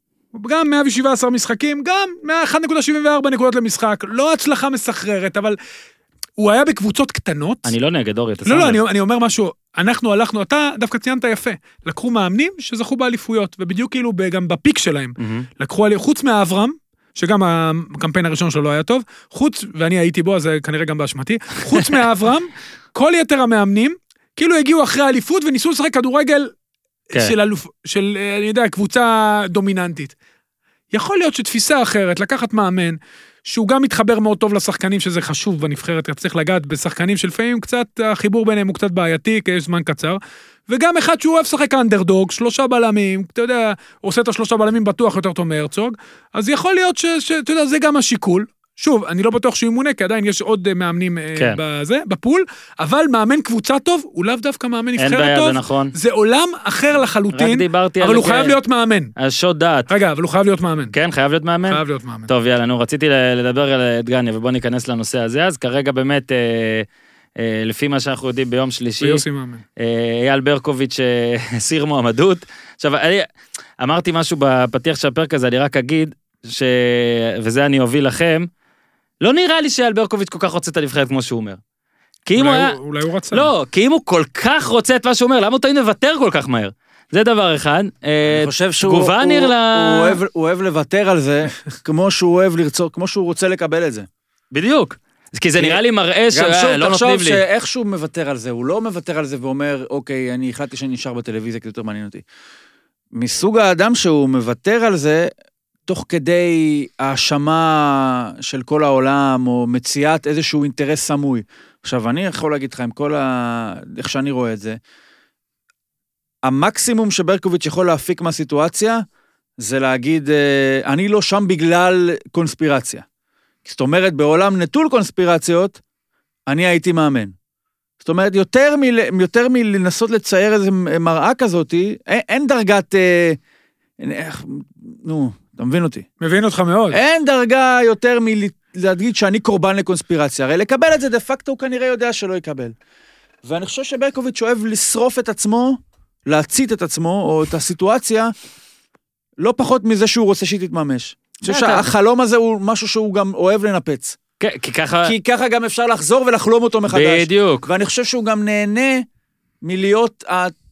גם מאה שבע עשרה משחקים, גם אחת נקודה שבעים וארבע נקודות למשחק, לא הצלחה מסחררת, אבל הוא היה בקבוצות קטנות. אני לא נגד אורי, אתה לא, לא, אני, אני אומר משהו, אנחנו הלכנו, אתה דווקא ציינת יפה, לקחו מאמנים שזכו באליפויות, ובדיוק כאילו גם בפיק שלהם, mm-hmm. לקחו, חוץ מהאברהם, שגם הקמפיין הראשון שלו לא היה טוב, חוץ, ואני הייתי בו, אז זה כנראה גם באשמתי, חוץ מהאברהם, כל יתר המאמנים, כאילו הגיעו אחרי האליפות, וניסו לשחק כדורגל okay. של, אלוף, של, אני יודע, קבוצה דומיננטית. יכול להיות שתפיסה אחרת, לקחת מאמן, שהוא גם מתחבר מאוד טוב לשחקנים, שזה חשוב בנבחרת, צריך לגעת בשחקנים שלפעמים קצת, החיבור ביניהם הוא קצת בעייתי, כי יש זמן קצר, וגם אחד שהוא אוהב שחק אנדרדוג, שלושה בלמים, אתה יודע, עושה את השלושה בלמים בטוח יותר טוב מהרצוג, אז יכול להיות שאתה יודע, זה גם השיקול, שוב, אני לא בטוח שהוא ימונה, כי עדיין יש עוד מאמנים כן. בזה, בפול, אבל מאמן קבוצה טוב, הוא לאו דווקא מאמן נבחרת טוב, זה, נכון. זה עולם אחר לחלוטין, אבל הוא חייב להיות מאמן. השוד דעת. רגע, אבל הוא חייב להיות מאמן. כן, חייב להיות מאמן? חייב להיות מאמן. טוב, יאללה, נו, רציתי לדבר על דגניה, ובוא ניכנס לנושא הזה, אז כרגע באמת, לפי מה שאנחנו יודעים ביום שלישי, ויוסי מאמן. אייל ברקוביץ' הסיר מועמדות. עכשיו, אני אמרתי משהו בפתיח של הפרק הזה, אני רק אגיד, ש... וזה אני אוביל לכם, לא נראה לי שאייל ברקוביץ' כל כך רוצה את הנבחרת כמו שהוא אומר. כי אם הוא היה... אולי הוא רצה. לא, כי אם הוא כל כך רוצה את מה שהוא אומר, למה הוא תמיד מוותר כל כך מהר? זה דבר אחד. אני חושב שהוא אוהב לוותר על זה, כמו שהוא אוהב לרצות, כמו שהוא רוצה לקבל את זה. בדיוק. כי זה נראה לי מראה שלא נותנים לי. תחשוב שאיך שהוא מוותר על זה, הוא לא מוותר על זה ואומר, אוקיי, אני החלטתי שאני נשאר בטלוויזיה, כי זה יותר מעניין אותי. מסוג האדם שהוא מוותר על זה, תוך כדי האשמה של כל העולם, או מציאת איזשהו אינטרס סמוי. עכשיו, אני יכול להגיד לך, עם כל ה... איך שאני רואה את זה, המקסימום שברקוביץ' יכול להפיק מהסיטואציה, זה להגיד, אני לא שם בגלל קונספירציה. זאת אומרת, בעולם נטול קונספירציות, אני הייתי מאמן. זאת אומרת, יותר, מ, יותר מלנסות לצייר איזו מראה כזאת, אין, אין דרגת... אה, איך, נו, אתה מבין אותי. מבין אותך מאוד. אין דרגה יותר מלהגיד שאני קורבן לקונספירציה. הרי לקבל את זה דה פקטו הוא כנראה יודע שלא יקבל. ואני חושב שברקוביץ' אוהב לשרוף את עצמו, להצית את עצמו, או את הסיטואציה, לא פחות מזה שהוא רוצה שהיא תתממש. אני חושב שהחלום הזה הוא משהו שהוא גם אוהב לנפץ. כי ככה... כי ככה גם אפשר לחזור ולחלום אותו מחדש. בדיוק. ואני חושב שהוא גם נהנה מלהיות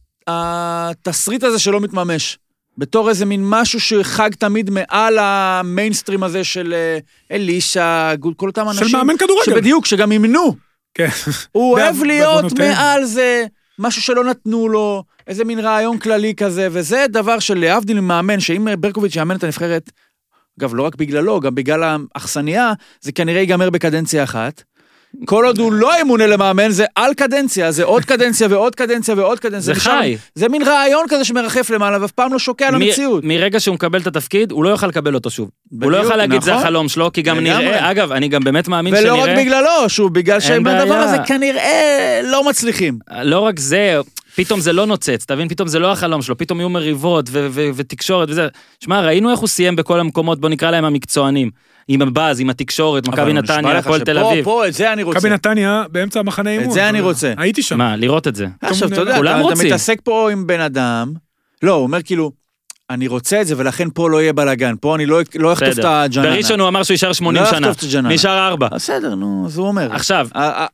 התסריט הזה שלא מתממש. בתור איזה מין משהו שחג תמיד מעל המיינסטרים הזה של אלישה, כל אותם אנשים. של מאמן כדורגל. שבדיוק, שגם ימנו. כן. הוא אוהב להיות מעל זה, משהו שלא נתנו לו, איזה מין רעיון כללי כזה, וזה דבר של להבדיל ממאמן, שאם ברקוביץ' יאמן את הנבחרת, אגב, לא רק בגללו, גם בגלל האכסניה, זה כנראה ייגמר בקדנציה אחת. כל עוד הוא לא ימונה למאמן, זה על קדנציה, זה עוד קדנציה ועוד קדנציה ועוד קדנציה. זה חי. זה מין רעיון כזה שמרחף למעלה, ואף פעם לא שוקע על המציאות. מרגע שהוא מקבל את התפקיד, הוא לא יוכל לקבל אותו שוב. הוא לא יוכל להגיד, זה החלום שלו, כי גם נראה, אגב, אני גם באמת מאמין שנראה... ולא רק בגללו, שוב, בגלל שבדבר הזה כנראה לא מצליחים. לא רק זה, פתאום זה לא נוצץ, תבין, פתאום זה לא החלום שלו, פתאום יהיו מריבות ותקשורת וזה. שמע, ראינו איך הוא סיים בכל המקומות, בוא נקרא להם המקצוענים. עם הבאז, עם התקשורת, מכבי נתניה, הפועל תל אביב. פה, את זה אני רוצה. מכבי נתניה באמצע המחנה אימון. את זה אני רוצה. הייתי שם. מה, לראות את זה. עכשיו, אתה יודע, אתה מתעסק פה עם בן אדם, לא, הוא אומר כאילו, אני רוצה את זה, ולכן פה לא יהיה בלגן, פה אני לא אחטוף את הג'ננה. בראשון הוא אמר שהוא יישאר שמונים שנה. נשאר ארבע. בסדר, נו, אז הוא אומר. עכשיו.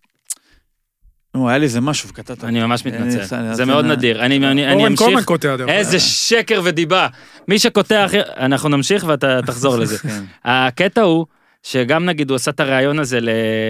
נו, היה לי זה משהו, וקטעת. אני ממש מתנצל. זה מאוד נדיר. אני אמשיך. איזה שקר ודיבה. מי שקוטע אחר, אנחנו נמשיך ואתה תחזור לזה. הקטע הוא, שגם נגיד הוא עשה את הרעיון הזה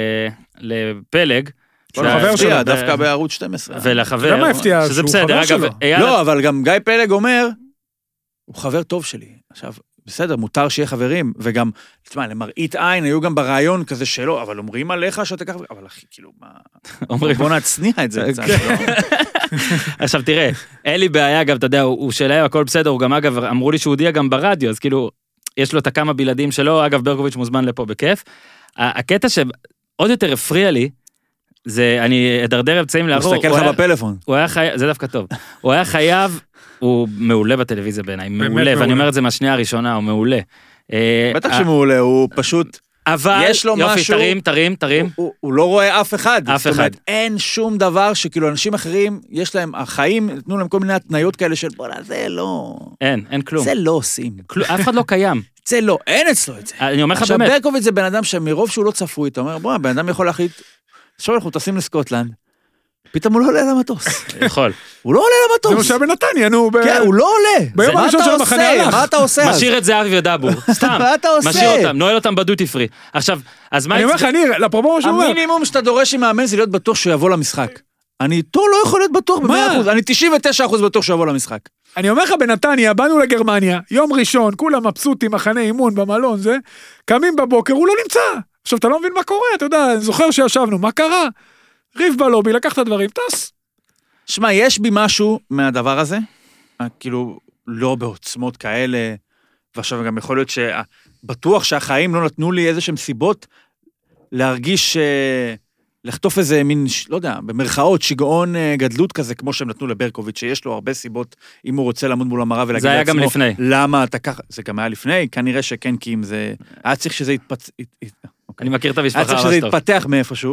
לפלג. חבר שלו. דווקא בערוץ שתים עשרה. ולחבר. למה הפתיע? שזה בסדר. לא, אבל גם גיא פלג אומר, הוא חבר טוב שלי. עכשיו, בסדר, מותר שיהיה חברים, וגם, תשמע, למראית עין, היו גם ברעיון כזה שלא, אבל אומרים עליך שאתה ככה, אבל אחי, כאילו, מה... בוא נצניע את זה קצת, לא? עכשיו, תראה, אין לי בעיה, אגב, אתה יודע, הוא שלהם, הכל בסדר, הוא גם, אגב, אמרו לי שהוא הודיע גם ברדיו, אז כאילו, יש לו את הכמה בלעדים שלו, אגב, ברקוביץ' מוזמן לפה בכיף. הקטע שעוד יותר הפריע לי, זה, אני אדרדר אמצעים לעבור. הוא מסתכל לך בפלאפון. הוא היה חייב, זה דווקא טוב. הוא היה חייב, הוא מעולה בטלוויזיה בעיניי, מעולה, ואני אומר את זה מהשנייה הראשונה, הוא מעולה. בטח שמעולה, הוא פשוט... אבל, יש לו יופי, משהו, תרים, תרים, תרים. הוא, הוא לא רואה אף אחד. אף אחד. אומרת, אין שום דבר שכאילו אנשים אחרים, יש להם, החיים, נתנו להם כל מיני התניות כאלה של, בוא'נה, זה לא... אין, אין כלום. זה לא עושים. כל... אף אחד לא קיים. זה לא, אין אצלו את זה. אני אומר לך עכשיו, באמת. ברקוביץ' זה בן אדם שמרוב שהוא לא צפוי, אתה אומר, בוא, בן אדם יכול להחליט, עכשיו אנחנו טסים לסקוטלנד, פתאום הוא לא עולה למטוס. יכול. הוא לא עולה למטוס. זה מה שהיה בנתניה, נו. כן, הוא לא עולה. ביום הראשון של המחנה הלך. מה אתה עושה אז? משאיר את זה אבי ודאבור. סתם. מה אתה עושה? משאיר אותם, נועל אותם בדוטי פרי. עכשיו, אז מה... אני אומר לך, אני, לפרופורמה שהוא אומר. המינימום שאתה דורש עם מאמן זה להיות בטוח שהוא יבוא למשחק. אני איתו לא יכול להיות בטוח ב-מאה אחוז. אני תשעים ותשעה אחוז בטוח שהוא יבוא למשחק. אני אומר לך, בנתניה, באנו לגרמניה, יום ראשון, כולם מבסוטים, מחנה אימון במלון, זה, קמים בבוקר, הוא לא נמצא. עכשיו, אתה לא מבין מה קורה, אתה יודע, אני זוכר שישבנו, מה קרה? ריב בלובי, לקח את הדברים, טס. שמע, יש בי משהו מהדבר הזה, כאילו, לא בעוצמות כאלה, ועכשיו גם יכול להיות שבטוח שהחיים לא נתנו לי איזה שהם סיבות להרגיש, לחטוף איזה מין, לא יודע, במרכאות, שיגעון גדלות כזה, כמו שהם נתנו לברקוביץ', שיש לו הרבה סיבות, אם הוא רוצה לעמוד מול המראה ולהגיד לעצמו, זה היה גם לפני. למה אתה ככה, זה גם היה לפני, כנראה שכן, כי אם זה, היה צריך שזה יתפצ... אני מכיר את המשפחה. היה צריך שזה יתפתח מאיפשהו,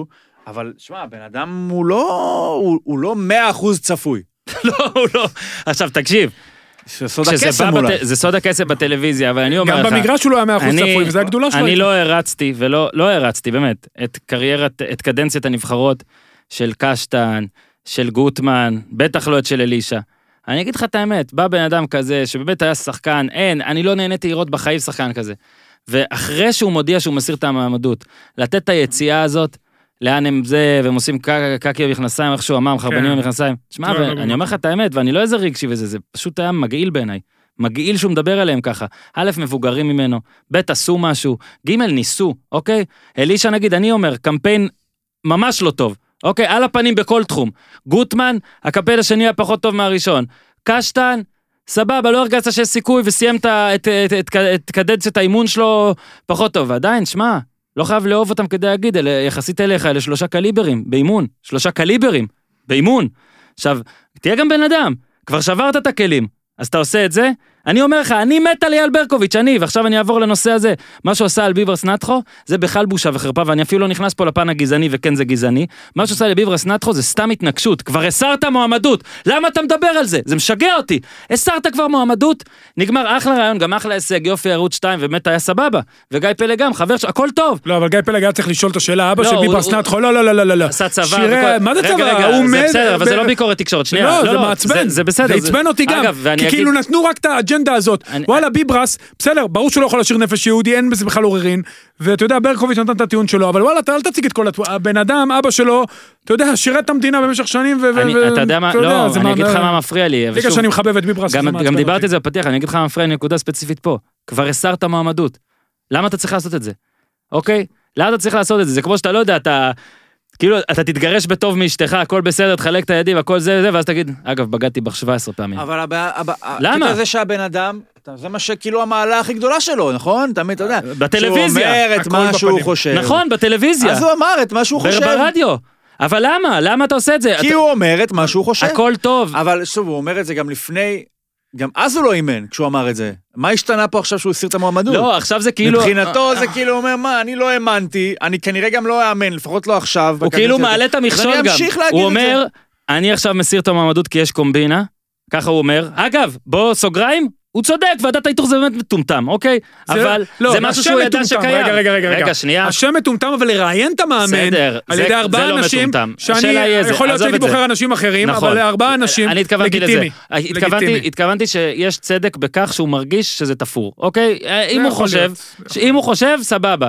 אבל, שמע, הבן אדם הוא לא, הוא, הוא לא מאה אחוז צפוי. לא, הוא לא. עכשיו, תקשיב. סוד הקסם אולי. זה סוד הקסם בטלוויזיה, אבל אני אומר לך... גם במגרש הוא לא היה מאה אחוז צפוי, וזה הגדולה שלו. אני לא הרצתי, ולא לא הרצתי, באמת, את קריירת, את קדנציית הנבחרות של קשטן, של גוטמן, בטח לא את של אלישה. אני אגיד לך את האמת, בא בן אדם כזה, שבאמת היה שחקן, אין, אני לא נהניתי לראות בחיים שחקן כזה. ואחרי שהוא מודיע שהוא מסיר את המעמדות, לתת את היציאה הזאת, לאן הם זה, והם עושים קקי במכנסיים, איך שהוא אמר, מחרבנים במכנסיים. תשמע, אני אומר לך את האמת, ואני לא איזה רגשי וזה, זה פשוט היה מגעיל בעיניי. מגעיל שהוא מדבר עליהם ככה. א', מבוגרים ממנו, ב', עשו משהו, ג', ניסו, אוקיי? אלישה נגיד, אני אומר, קמפיין ממש לא טוב, אוקיי? על הפנים בכל תחום. גוטמן, הקמפיין השני היה פחות טוב מהראשון. קשטן, סבבה, לא הרגשת שיש סיכוי, וסיים את, את, את, את, את קדנציית האימון שלו פחות טוב. ועדיין, שמע, לא חייב לאהוב אותם כדי להגיד, אלה, יחסית אליך, אלה שלושה קליברים, באימון, שלושה קליברים, באימון. עכשיו, תהיה גם בן אדם, כבר שברת את הכלים, אז אתה עושה את זה, אני אומר לך, אני מת על אייל ברקוביץ', אני, ועכשיו אני אעבור לנושא הזה, מה שעושה על ביברס נתחו, זה בכלל בושה וחרפה, ואני אפילו לא נכנס פה לפן הגזעני, וכן זה גזעני, מה שעושה לביברס נתחו זה סתם התנגשות, כבר הסרת מועמדות, למה אתה מדבר על זה? זה משגע אותי, הסרת כבר מועמדות, נגמר אחלה רעיון, גם אחלה הישג, יופי ערוץ שתיים, ובאמת היה סבבה, וגיא פלג גם, חבר, הכל טוב. לא, אבל גיא פלג היה צריך לשאול את השאלה, אבא של ביברס נתחו, לא, לא, לא, לא, לא. עשה צבא, שירה, מה זה צבא? הוא זה בסדר, אבל זה לא ביקורת תקשורת, שנייה. לא, זה מעצבן. זה בסדר. זה עצבן אותי גם, כי כאילו נתנו רק את האג'נדה הזאת. וואלה, ביברס, בסדר, ברור שהוא לא יכול לשיר נפש יהודי, אין בזה בכלל עוררין, ואתה יודע, ברקוביץ' נתן את הטיעון שלו, אבל וואלה, אל תציג את כל הבן אדם, אבא שלו, אתה יודע, שירת את המדינה במשך שנים, ו... אתה יודע מה, לא, אני אגיד לך מה מפריע לי. בגלל שאני מחבב את ביברס. גם דיברתי את זה בפתיח, אני אגיד לך מה מפריע לי נקודה ספציפית פה. כבר הסרת מועמדות. למה אתה צריך לעשות את זה? אוקיי? למה אתה צריך לעשות את זה? זה כמו שאתה לא יודע, אתה... כאילו, אתה תתגרש בטוב מאשתך, הכל בסדר, תחלק את הידים, הכל זה וזה, ואז תגיד, אגב, בגדתי בך שבע עשרה פעמים. אבל למה? זה שהבן אדם, זה מה שכאילו המעלה הכי גדולה שלו, נכון? תמיד, אתה יודע. בטלוויזיה. שהוא אומר את מה שהוא חושב. נכון, בטלוויזיה. אז הוא אמר את מה שהוא חושב. ברדיו. אבל למה? למה אתה עושה את זה? כי הוא אומר את מה שהוא חושב. הכל טוב. אבל שוב, הוא אומר את זה גם לפני... גם אז הוא לא אימן כשהוא אמר את זה. מה השתנה פה עכשיו שהוא הסיר את המועמדות? לא, עכשיו זה כאילו... מבחינתו זה כאילו אומר, מה, אני לא האמנתי, אני כנראה גם לא אאמן, לפחות לא עכשיו. הוא כאילו מעלה את המכשול גם. הוא אומר, אני עכשיו מסיר את המועמדות כי יש קומבינה, ככה הוא אומר. אגב, בוא סוגריים, הוא צודק, ועדת האיתור זה באמת מטומטם, אוקיי? אבל זה משהו שהוא ידע שקיים. רגע, רגע, רגע. רגע, שנייה. השם מטומטם, אבל לראיין את המאמן, על ידי ארבעה אנשים, שאני יכול להיות שהייתי בוחר אנשים אחרים, אבל לארבעה אנשים, לגיטימי. התכוונתי שיש צדק בכך שהוא מרגיש שזה תפור, אוקיי? אם הוא חושב, אם הוא חושב, סבבה.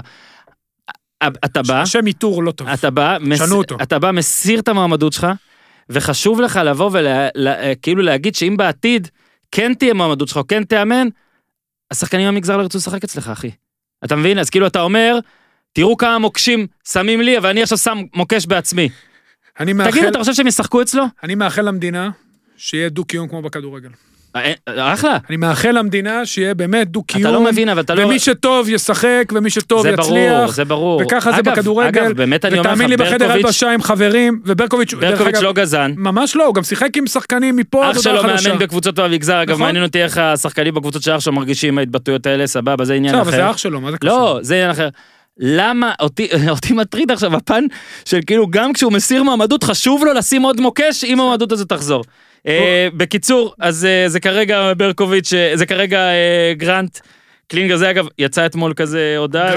אתה בא, השם איתור לא טוב. אתה בא, מסיר את המעמדות שלך, וחשוב לך לבוא וכאילו להגיד שאם בעתיד כן תהיה מועמדות שלך, כן תאמן, השחקנים המגזר לא ירצו לשחק אצלך, אחי. אתה מבין? אז כאילו אתה אומר, תראו כמה מוקשים שמים לי, אבל אני עכשיו שם מוקש בעצמי. תגיד, אתה חושב שהם ישחקו אצלו? אני מאחל למדינה שיהיה דו-קיום כמו בכדורגל. אחלה. אני מאחל למדינה שיהיה באמת דו-קיום. אתה לא מבין, אבל אתה לא... ומי שטוב ישחק, ומי שטוב יצליח. זה ברור, זה ברור. וככה זה בכדורגל. אגב, באמת אני אומר לך, ותאמין לי בחדר הלבשה עם חברים, וברקוביץ' ברקוביץ' לא גזן. ממש לא, הוא גם שיחק עם שחקנים מפה. אח שלו מאמן בקבוצות במגזר, אגב, מעניין אותי איך השחקנים בקבוצות של אח שלו מרגישים ההתבטאויות האלה, סבבה, זה עניין אחר. זה אח שלו, מה זה קשור? לא, זה עניין אחר. למה, אותי, אותי מטריד עכשיו הפן של כאילו גם כשהוא מסיר מועמדות חשוב לו לשים עוד מוקש אם המועמדות הזאת תחזור. בקיצור, אז זה כרגע ברקוביץ', זה כרגע גרנט קלינגר, זה אגב יצא אתמול כזה הודעה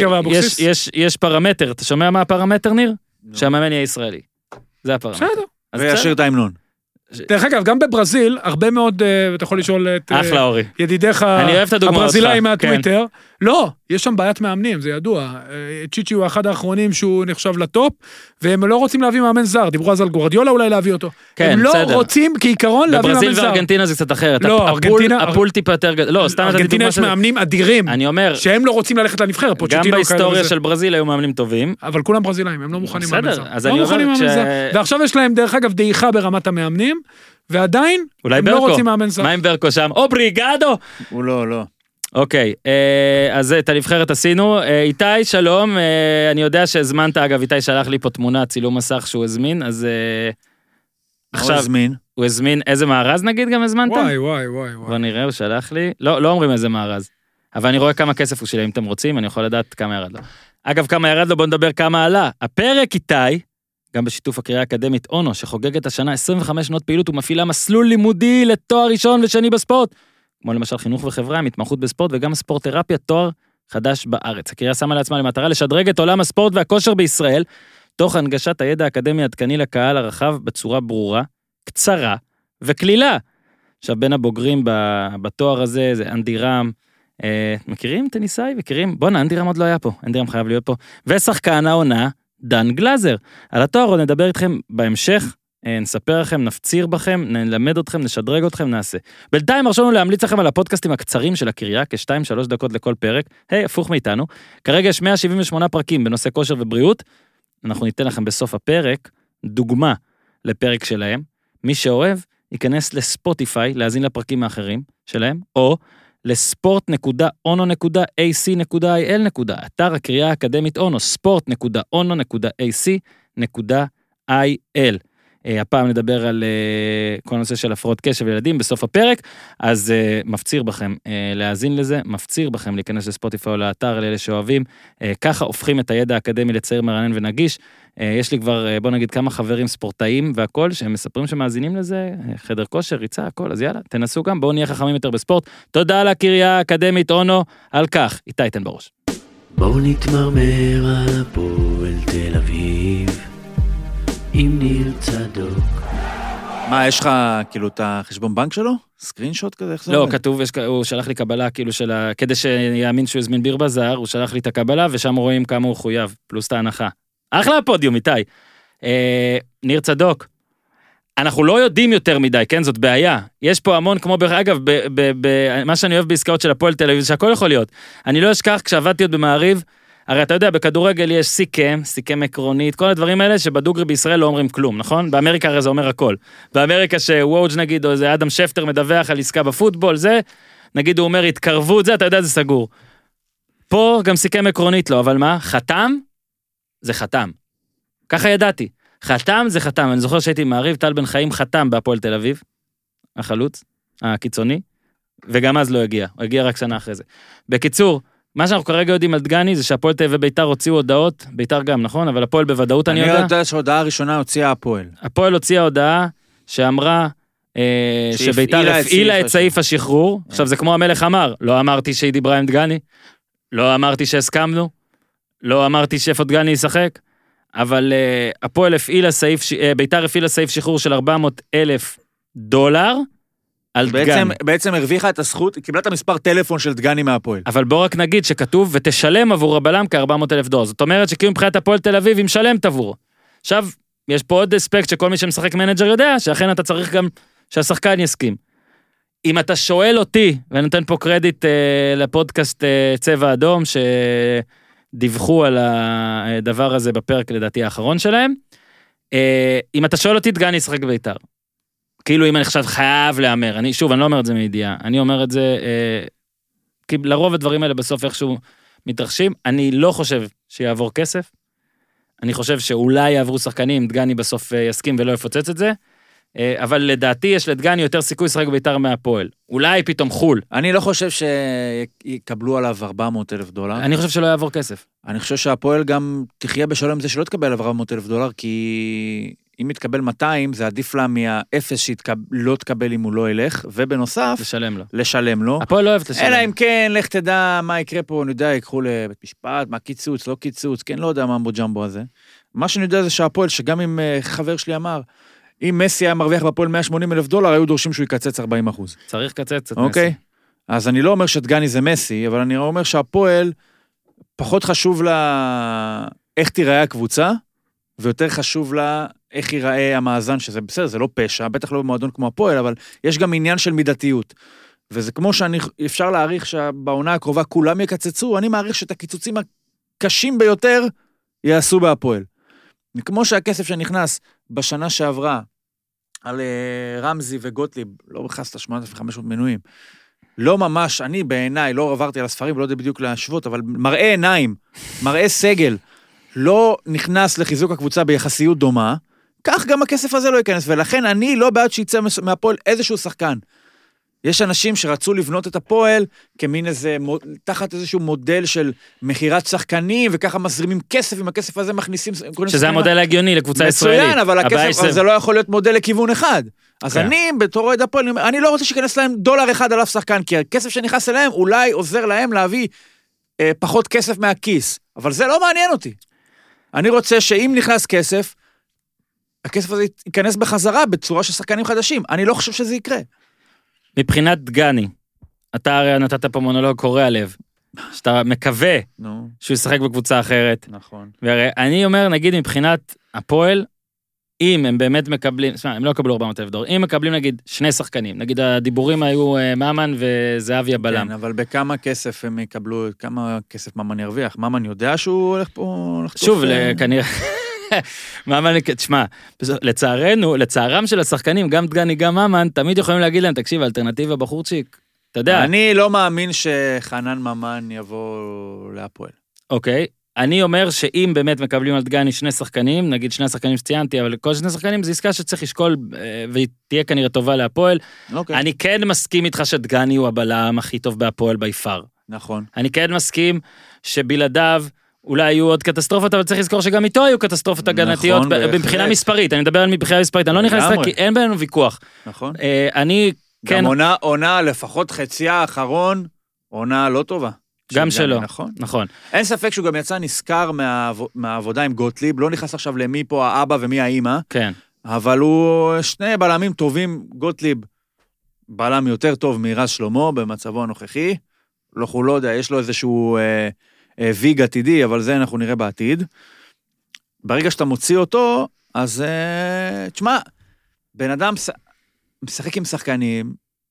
שיש פרמטר, אתה שומע מה הפרמטר ניר? שהמאמן יהיה ישראלי. זה הפרמטר. וישיר את ההמנון. דרך אגב, גם בברזיל, הרבה מאוד, אתה יכול לשאול את ידידיך הברזילאים מהטוויטר, לא, יש שם בעיית מאמנים, זה ידוע. צ'יצ'י הוא אחד האחרונים שהוא נחשב לטופ, והם לא רוצים להביא מאמן זר, דיברו אז על גורדיולה אולי להביא אותו. הם לא רוצים כעיקרון להביא מאמן זר. בברזיל וארגנטינה זה קצת אחרת. לא, ארגנטינה... הפול טיפה יותר גדול. לא, סתם... ארגנטינה יש מאמנים אדירים. אני אומר... שהם לא רוצים ללכת לנבחרת. גם בהיסטוריה של ברזיל היו מאמנים טובים. אבל כולם ברזילאים, הם לא מוכנים מאמן זר. אז אני אומר ש... ועכשיו יש להם דרך אגב דעיכה ברמת המאמנים, ועדיין הם לא רוצים מאמן זר. מה עם ברקו שם? אובריגדו! הוא לא, לא. אוקיי, אז את הנבחרת עשינו. איתי, שלום, אני יודע שהזמנת, אגב, איתי שלח לי פה תמונה, צילום מסך שהוא הזמין, אז עכשיו... הוא הזמין? הוא הזמין, איזה מארז נגיד גם הזמנת? וואי, וואי, וואי. בוא נראה, הוא שלח לי. לא, לא אומרים איזה מארז, אבל אני רואה כמה כסף הוא שלי, אם אתם רוצים, אני יכול לדעת כמה ירד לו. אגב, כמה ירד לו, בוא נדבר כמה עלה. הפרק איתי, גם בשיתוף הקריאה האקדמית אונו, שחוגגת השנה עשרים וחמש שנות פעילות ומפעילה מסלול לימודי לתואר ראשון ושני בספורט, כמו למשל חינוך וחברה, מתמחות בספורט וגם ספורט תרפיה, תואר חדש בארץ. הקריאה שמה לעצמה למטרה לשדרג את עולם הספורט והכושר בישראל, תוך הנגשת הידע האקדמי העדכני לקהל הרחב בצורה ברורה, קצרה וכלילה. עכשיו, בין הבוגרים בתואר הזה, זה אנדי רם, אה, מכירים טניסאי? מכירים? בוא נה, אנדי רם עוד לא היה פה, אנדי רם חייב להיות פה, ושחקן העונה, דן גלזר. על התואר עוד נדבר איתכם בהמשך, נספר לכם, נפציר בכם, נלמד אתכם, נשדרג אתכם, נעשה. בינתיים הרשנו להמליץ לכם על הפודקאסטים הקצרים של הקריה, כשתיים שלוש דקות לכל פרק, היי, הפוך מאיתנו. כרגע יש מאה שבעים ושמונה פרקים בנושא כושר ובריאות, אנחנו ניתן לכם בסוף הפרק דוגמה לפרק שלהם. מי שאוהב, ייכנס לספוטיפיי, להזין לפרקים האחרים שלהם, או לספורט נקודה אונו נקודה איי סי נקודה איי אל, אתר הקריאה האקדמית אונו, ספורט נקודה אונו נקודה איי סי נקודה איי אל. הפעם נדבר על כל הנושא של הפרעות קשב לילדים בסוף הפרק, אז מפציר בכם להאזין לזה, מפציר בכם להיכנס לספוטיפיי או לאתר לאלה שאוהבים, ככה הופכים את הידע האקדמי לצעיר מרענן ונגיש. יש לי כבר, בוא נגיד, כמה חברים ספורטאים והכל, שהם מספרים שמאזינים לזה, חדר כושר, ריצה, הכל, אז יאללה, תנסו גם, בואו נהיה חכמים יותר בספורט. תודה לקריה האקדמית אונו על כך, איתי תן בראש. בואו נתמרמר על הפועל תל אביב עם ניר צדוק. מה, יש לך כאילו את החשבון בנק שלו? סקרינשוט כזה? איך זה לא, עובד? כתוב, יש, הוא שלח לי קבלה כאילו של ה... כדי שיאמין שהוא הזמין ביר בזאר, הוא שלח לי את הקבלה, ושם רואים כמה הוא חויב, פלוס את ההנחה. אחלה הפודיום, איתי. אה, ניר צדוק. אנחנו לא יודעים יותר מדי, כן? זאת בעיה. יש פה המון, כמו, אגב, ב, ב, ב, מה שאני אוהב בעסקאות של הפועל תל אביב, שהכל יכול להיות. אני לא אשכח, כשעבדתי עוד במעריב, הרי אתה יודע, בכדורגל יש סיכם, סיכם עקרונית, כל הדברים האלה שבדוגרי בישראל לא אומרים כלום, נכון? באמריקה הרי זה אומר הכל. באמריקה שוואוג' נגיד, או איזה אדם שפטר מדווח על עסקה בפוטבול, זה, נגיד הוא אומר התקרבות, זה, אתה יודע, זה סגור. פה גם סיכם עקרונית לא, אבל מה? חתם? זה חתם. ככה ידעתי. חתם זה חתם. אני זוכר שהייתי מעריב, טל בן חיים חתם בהפועל תל אביב, החלוץ, הקיצוני, וגם אז לא הגיע. הוא הגיע רק שנה אחרי זה. בקיצור, מה שאנחנו כרגע יודעים על דגני, זה שהפועל תל אביב וביתר הוציאו הודעות, ביתר גם, נכון? אבל הפועל בוודאות אני יודע. אני יודע שההודעה הראשונה הוציאה הפועל. הפועל הוציאה הודעה שאמרה, שביתר הפעילה את סעיף השחרור. עכשיו זה כמו המלך אמר, לא אמרתי שהיא דיברה עם דגני, לא אמרתי שהסכמנו, לא אמרתי שאיפה דגני ישחק, אבל הפועל הפעילה סעיף, ביתר הפעילה סעיף שחרור של ארבע מאות אלף דולר, על דגני. בעצם הרוויחה את הזכות, קיבלה את המספר טלפון של דגני מהפועל. אבל בוא רק נגיד שכתוב, ותשלם עבור הבלם כ-ארבע מאות אלף דולר. זאת אומרת שכאילו מבחינת הפועל תל אביב, היא משלמת עבור. עכשיו, יש פה עוד אספקט שכל מי שמשחק מנג'ר יודע, שאכן אתה צריך גם שהשחקן יסכים. אם אתה שואל אותי, ואני נותן פה קרדיט אה, לפודקאסט אה, צבע אדום, שדיווחו על הדבר הזה בפרק לדעתי האחרון שלהם, אה, אם אתה שואל אותי, דגני ישחק ביתר. כאילו אם אני עכשיו חייב לאמר, אני, שוב, אני לא אומר את זה מידיעה, אני אומר את זה, אה, כי לרוב הדברים האלה בסוף איכשהו מתרחשים, אני לא חושב שיעבור כסף, אני חושב שאולי יעברו שחקנים, דגני בסוף אה, יסכים ולא יפוצץ את זה, אה, אבל לדעתי יש לדגני יותר סיכוי לשחק ביתר מהפועל, אולי פתאום חול. אני לא חושב שיקבלו עליו ארבע מאות אלף דולר. אני חושב שלא יעבור כסף. אני חושב שהפועל גם תחיה בשלום עם זה שלא תקבל ארבע מאות אלף דולר, כי אם יתקבל מאתיים, זה עדיף לה מהאפס שלא תקבל אם הוא לא ילך, ובנוסף, לשלם לו. לשלם לו. הפועל לא אוהבת לשלם. אלא אם כן, לך תדע מה יקרה פה, אני יודע, יקחו לבית משפט, מה קיצוץ, לא קיצוץ, כן, לא יודע מה המבוג'מבו הזה. מה שאני יודע זה שהפועל, שגם אם חבר שלי אמר, אם מסי היה מרוויח בפועל מאה ושמונים אלף דולר, היו דורשים שהוא יקצץ ארבעים אחוז. צריך לקצץ את אוקיי? אז אני לא אומר שדגני זה מסי, אבל אני אומר שהפועל פחות חשוב לה איך תיראה הקבוצה, ויותר חשוב לה איך ייראה המאזן, שזה בסדר, זה לא פשע, בטח לא במועדון כמו הפועל, אבל יש גם עניין של מידתיות. וזה כמו שאני, אפשר להעריך שבעונה הקרובה כולם יקצצו, אני מעריך שאת הקיצוצים הקשים ביותר יעשו בהפועל. כמו שהכסף שנכנס בשנה שעברה על רמזי וגוטליב, לא בכלל את ה-שמונה אלף וחמש מאות מנויים, לא ממש, אני בעיניי, לא עברתי על הספרים, לא יודע בדיוק להשוות, אבל מראה עיניים, מראה סגל, לא נכנס לחיזוק הקבוצה ביחסיות דומה, כך גם הכסף הזה לא ייכנס, ולכן אני לא בעד שיצא מהפועל איזשהו שחקן. יש אנשים שרצו לבנות את הפועל כמין איזה, תחת איזשהו מודל של מחירת שחקנים, וככה מזרימים כסף, עם הכסף הזה מכניסים... שזה המודל ההגיוני לקבוצה ישראלית. מצוין, אבל הכסף הזה לא יכול להיות מודל לכיוון אחד. אז אני, בתור אוהד הפועל, אני לא רוצה שיכנס להם דולר אחד על אף שחקן, כי הכסף שנכנס אליהם אולי עוזר להם להביא אה, פחות כסף מהכיס. אבל זה לא מעניין אותי. אני רוצה שאם נכנס כסף, הכסף הזה ייכנס בחזרה בצורה של שחקנים חדשים. אני לא חושב שזה יקרה. מבחינת דגני, אתה הרי נתת פה מונולוג קורע לב, שאתה מקווה no. שהוא ישחק בקבוצה אחרת. נכון. והרי אני אומר, נגיד מבחינת הפועל, אם הם באמת מקבלים, שמה, הם לא יקבלו ארבע מאות אלף דולר, אם מקבלים נגיד שני שחקנים, נגיד הדיבורים היו מאמן וזהבי הבלם. כן, אבל בכמה כסף הם יקבלו, כמה כסף מאמן ירוויח? מאמן יודע שהוא הולך פה לחטוף? שוב, כנראה... מאמן, תשמע, לצערנו, לצערם של השחקנים, גם דגני, גם מאמן, תמיד יכולים להגיד להם, תקשיב, האלטרנטיבה בחורצ'יק, אתה יודע. אני לא מאמין שחנן מאמן יבוא להפועל. אוקיי, אני אומר שאם באמת מקבלים על דגני שני שחקנים, נגיד שני השחקנים שציינתי, אבל כל שני שחקנים זה עסקה שצריך לשקול, והיא תהיה כנראה טובה להפועל. אוקיי. אני כן מסכים איתך שדגני הוא הבלם הכי טוב בהפועל ביפר. נכון. אני כן מסכים שבלעדיו, אולי היו עוד קטסטרופות, אבל צריך לזכור שגם איתו היו קטסטרופות הגנתיות, מבחינה מספרית, אני מדבר על מבחינה מספרית, אני לא נכנס לה, כי אין בינינו ויכוח. נכון. אני כן... גם עונה, עונה, לפחות חציה האחרון, עונה לא טובה. גם שלו, נכון. נכון. אין ספק שהוא גם יצא נזכר מהעבודה עם גוטליב, לא נכנס עכשיו למי פה האבא ומי האמא, כן. אבל הוא שני בלמים טובים, גוטליב, בלם יותר טוב מרז שלמה במצבו הנוכחי, לא, הוא לא יודע, יש לו איזשהו... ויג עתידי, אבל זה אנחנו נראה בעתיד. ברגע שאתה מוציא אותו, אז תשמע, בן אדם משחק עם שחקנים,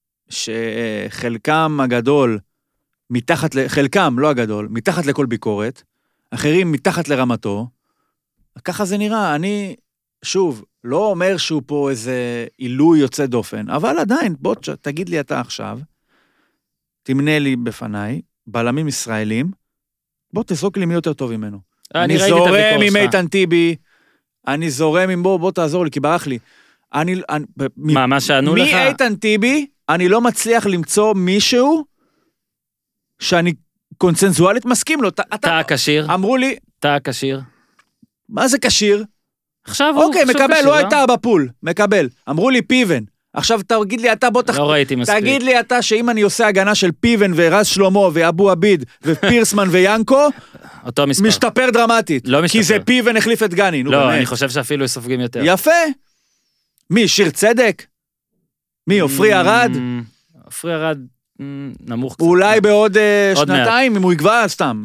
שחלקם הגדול, מתחת, חלקם, לא הגדול, מתחת לכל ביקורת, אחרים מתחת לרמתו, ככה זה נראה. אני, שוב, לא אומר שהוא פה איזה עילוי יוצא דופן, אבל עדיין, בוא תגיד לי אתה עכשיו, תמנה לי בפניי, בלמים ישראלים, בוא תזרוק לי מי יותר טוב ממנו. אני זורם עם איתן טיבי, אני זורם עם בוא, בוא תעזור לי, כי ברח לי. אני, מה, מה שענו לך? מי איתן טיבי, אני לא מצליח למצוא מישהו שאני קונצנזואלית מסכים לו. אתה קשיר? אמרו לי... אתה קשיר? מה זה קשיר? עכשיו הוא... אוקיי, מקבל, לא הייתה בפול, מקבל. אמרו לי פיבן. עכשיו תגיד לי אתה, בוא תח... לא ראיתי מספיק. תגיד לי אתה שאם אני עושה הגנה של פיבן ורז שלמה ואבו עביד ופירסמן ויאנקו, אותו מספר. משתפר דרמטית. לא משתפר. כי זה פיבן החליף את גני. לא, באמת. אני חושב שאפילו סופגים יותר. יפה. מי, שיר צדק? מי, אופרי ארד? אופרי ארד נמוך קצת. אולי בעוד שנתיים, אם הוא יגבה, סתם.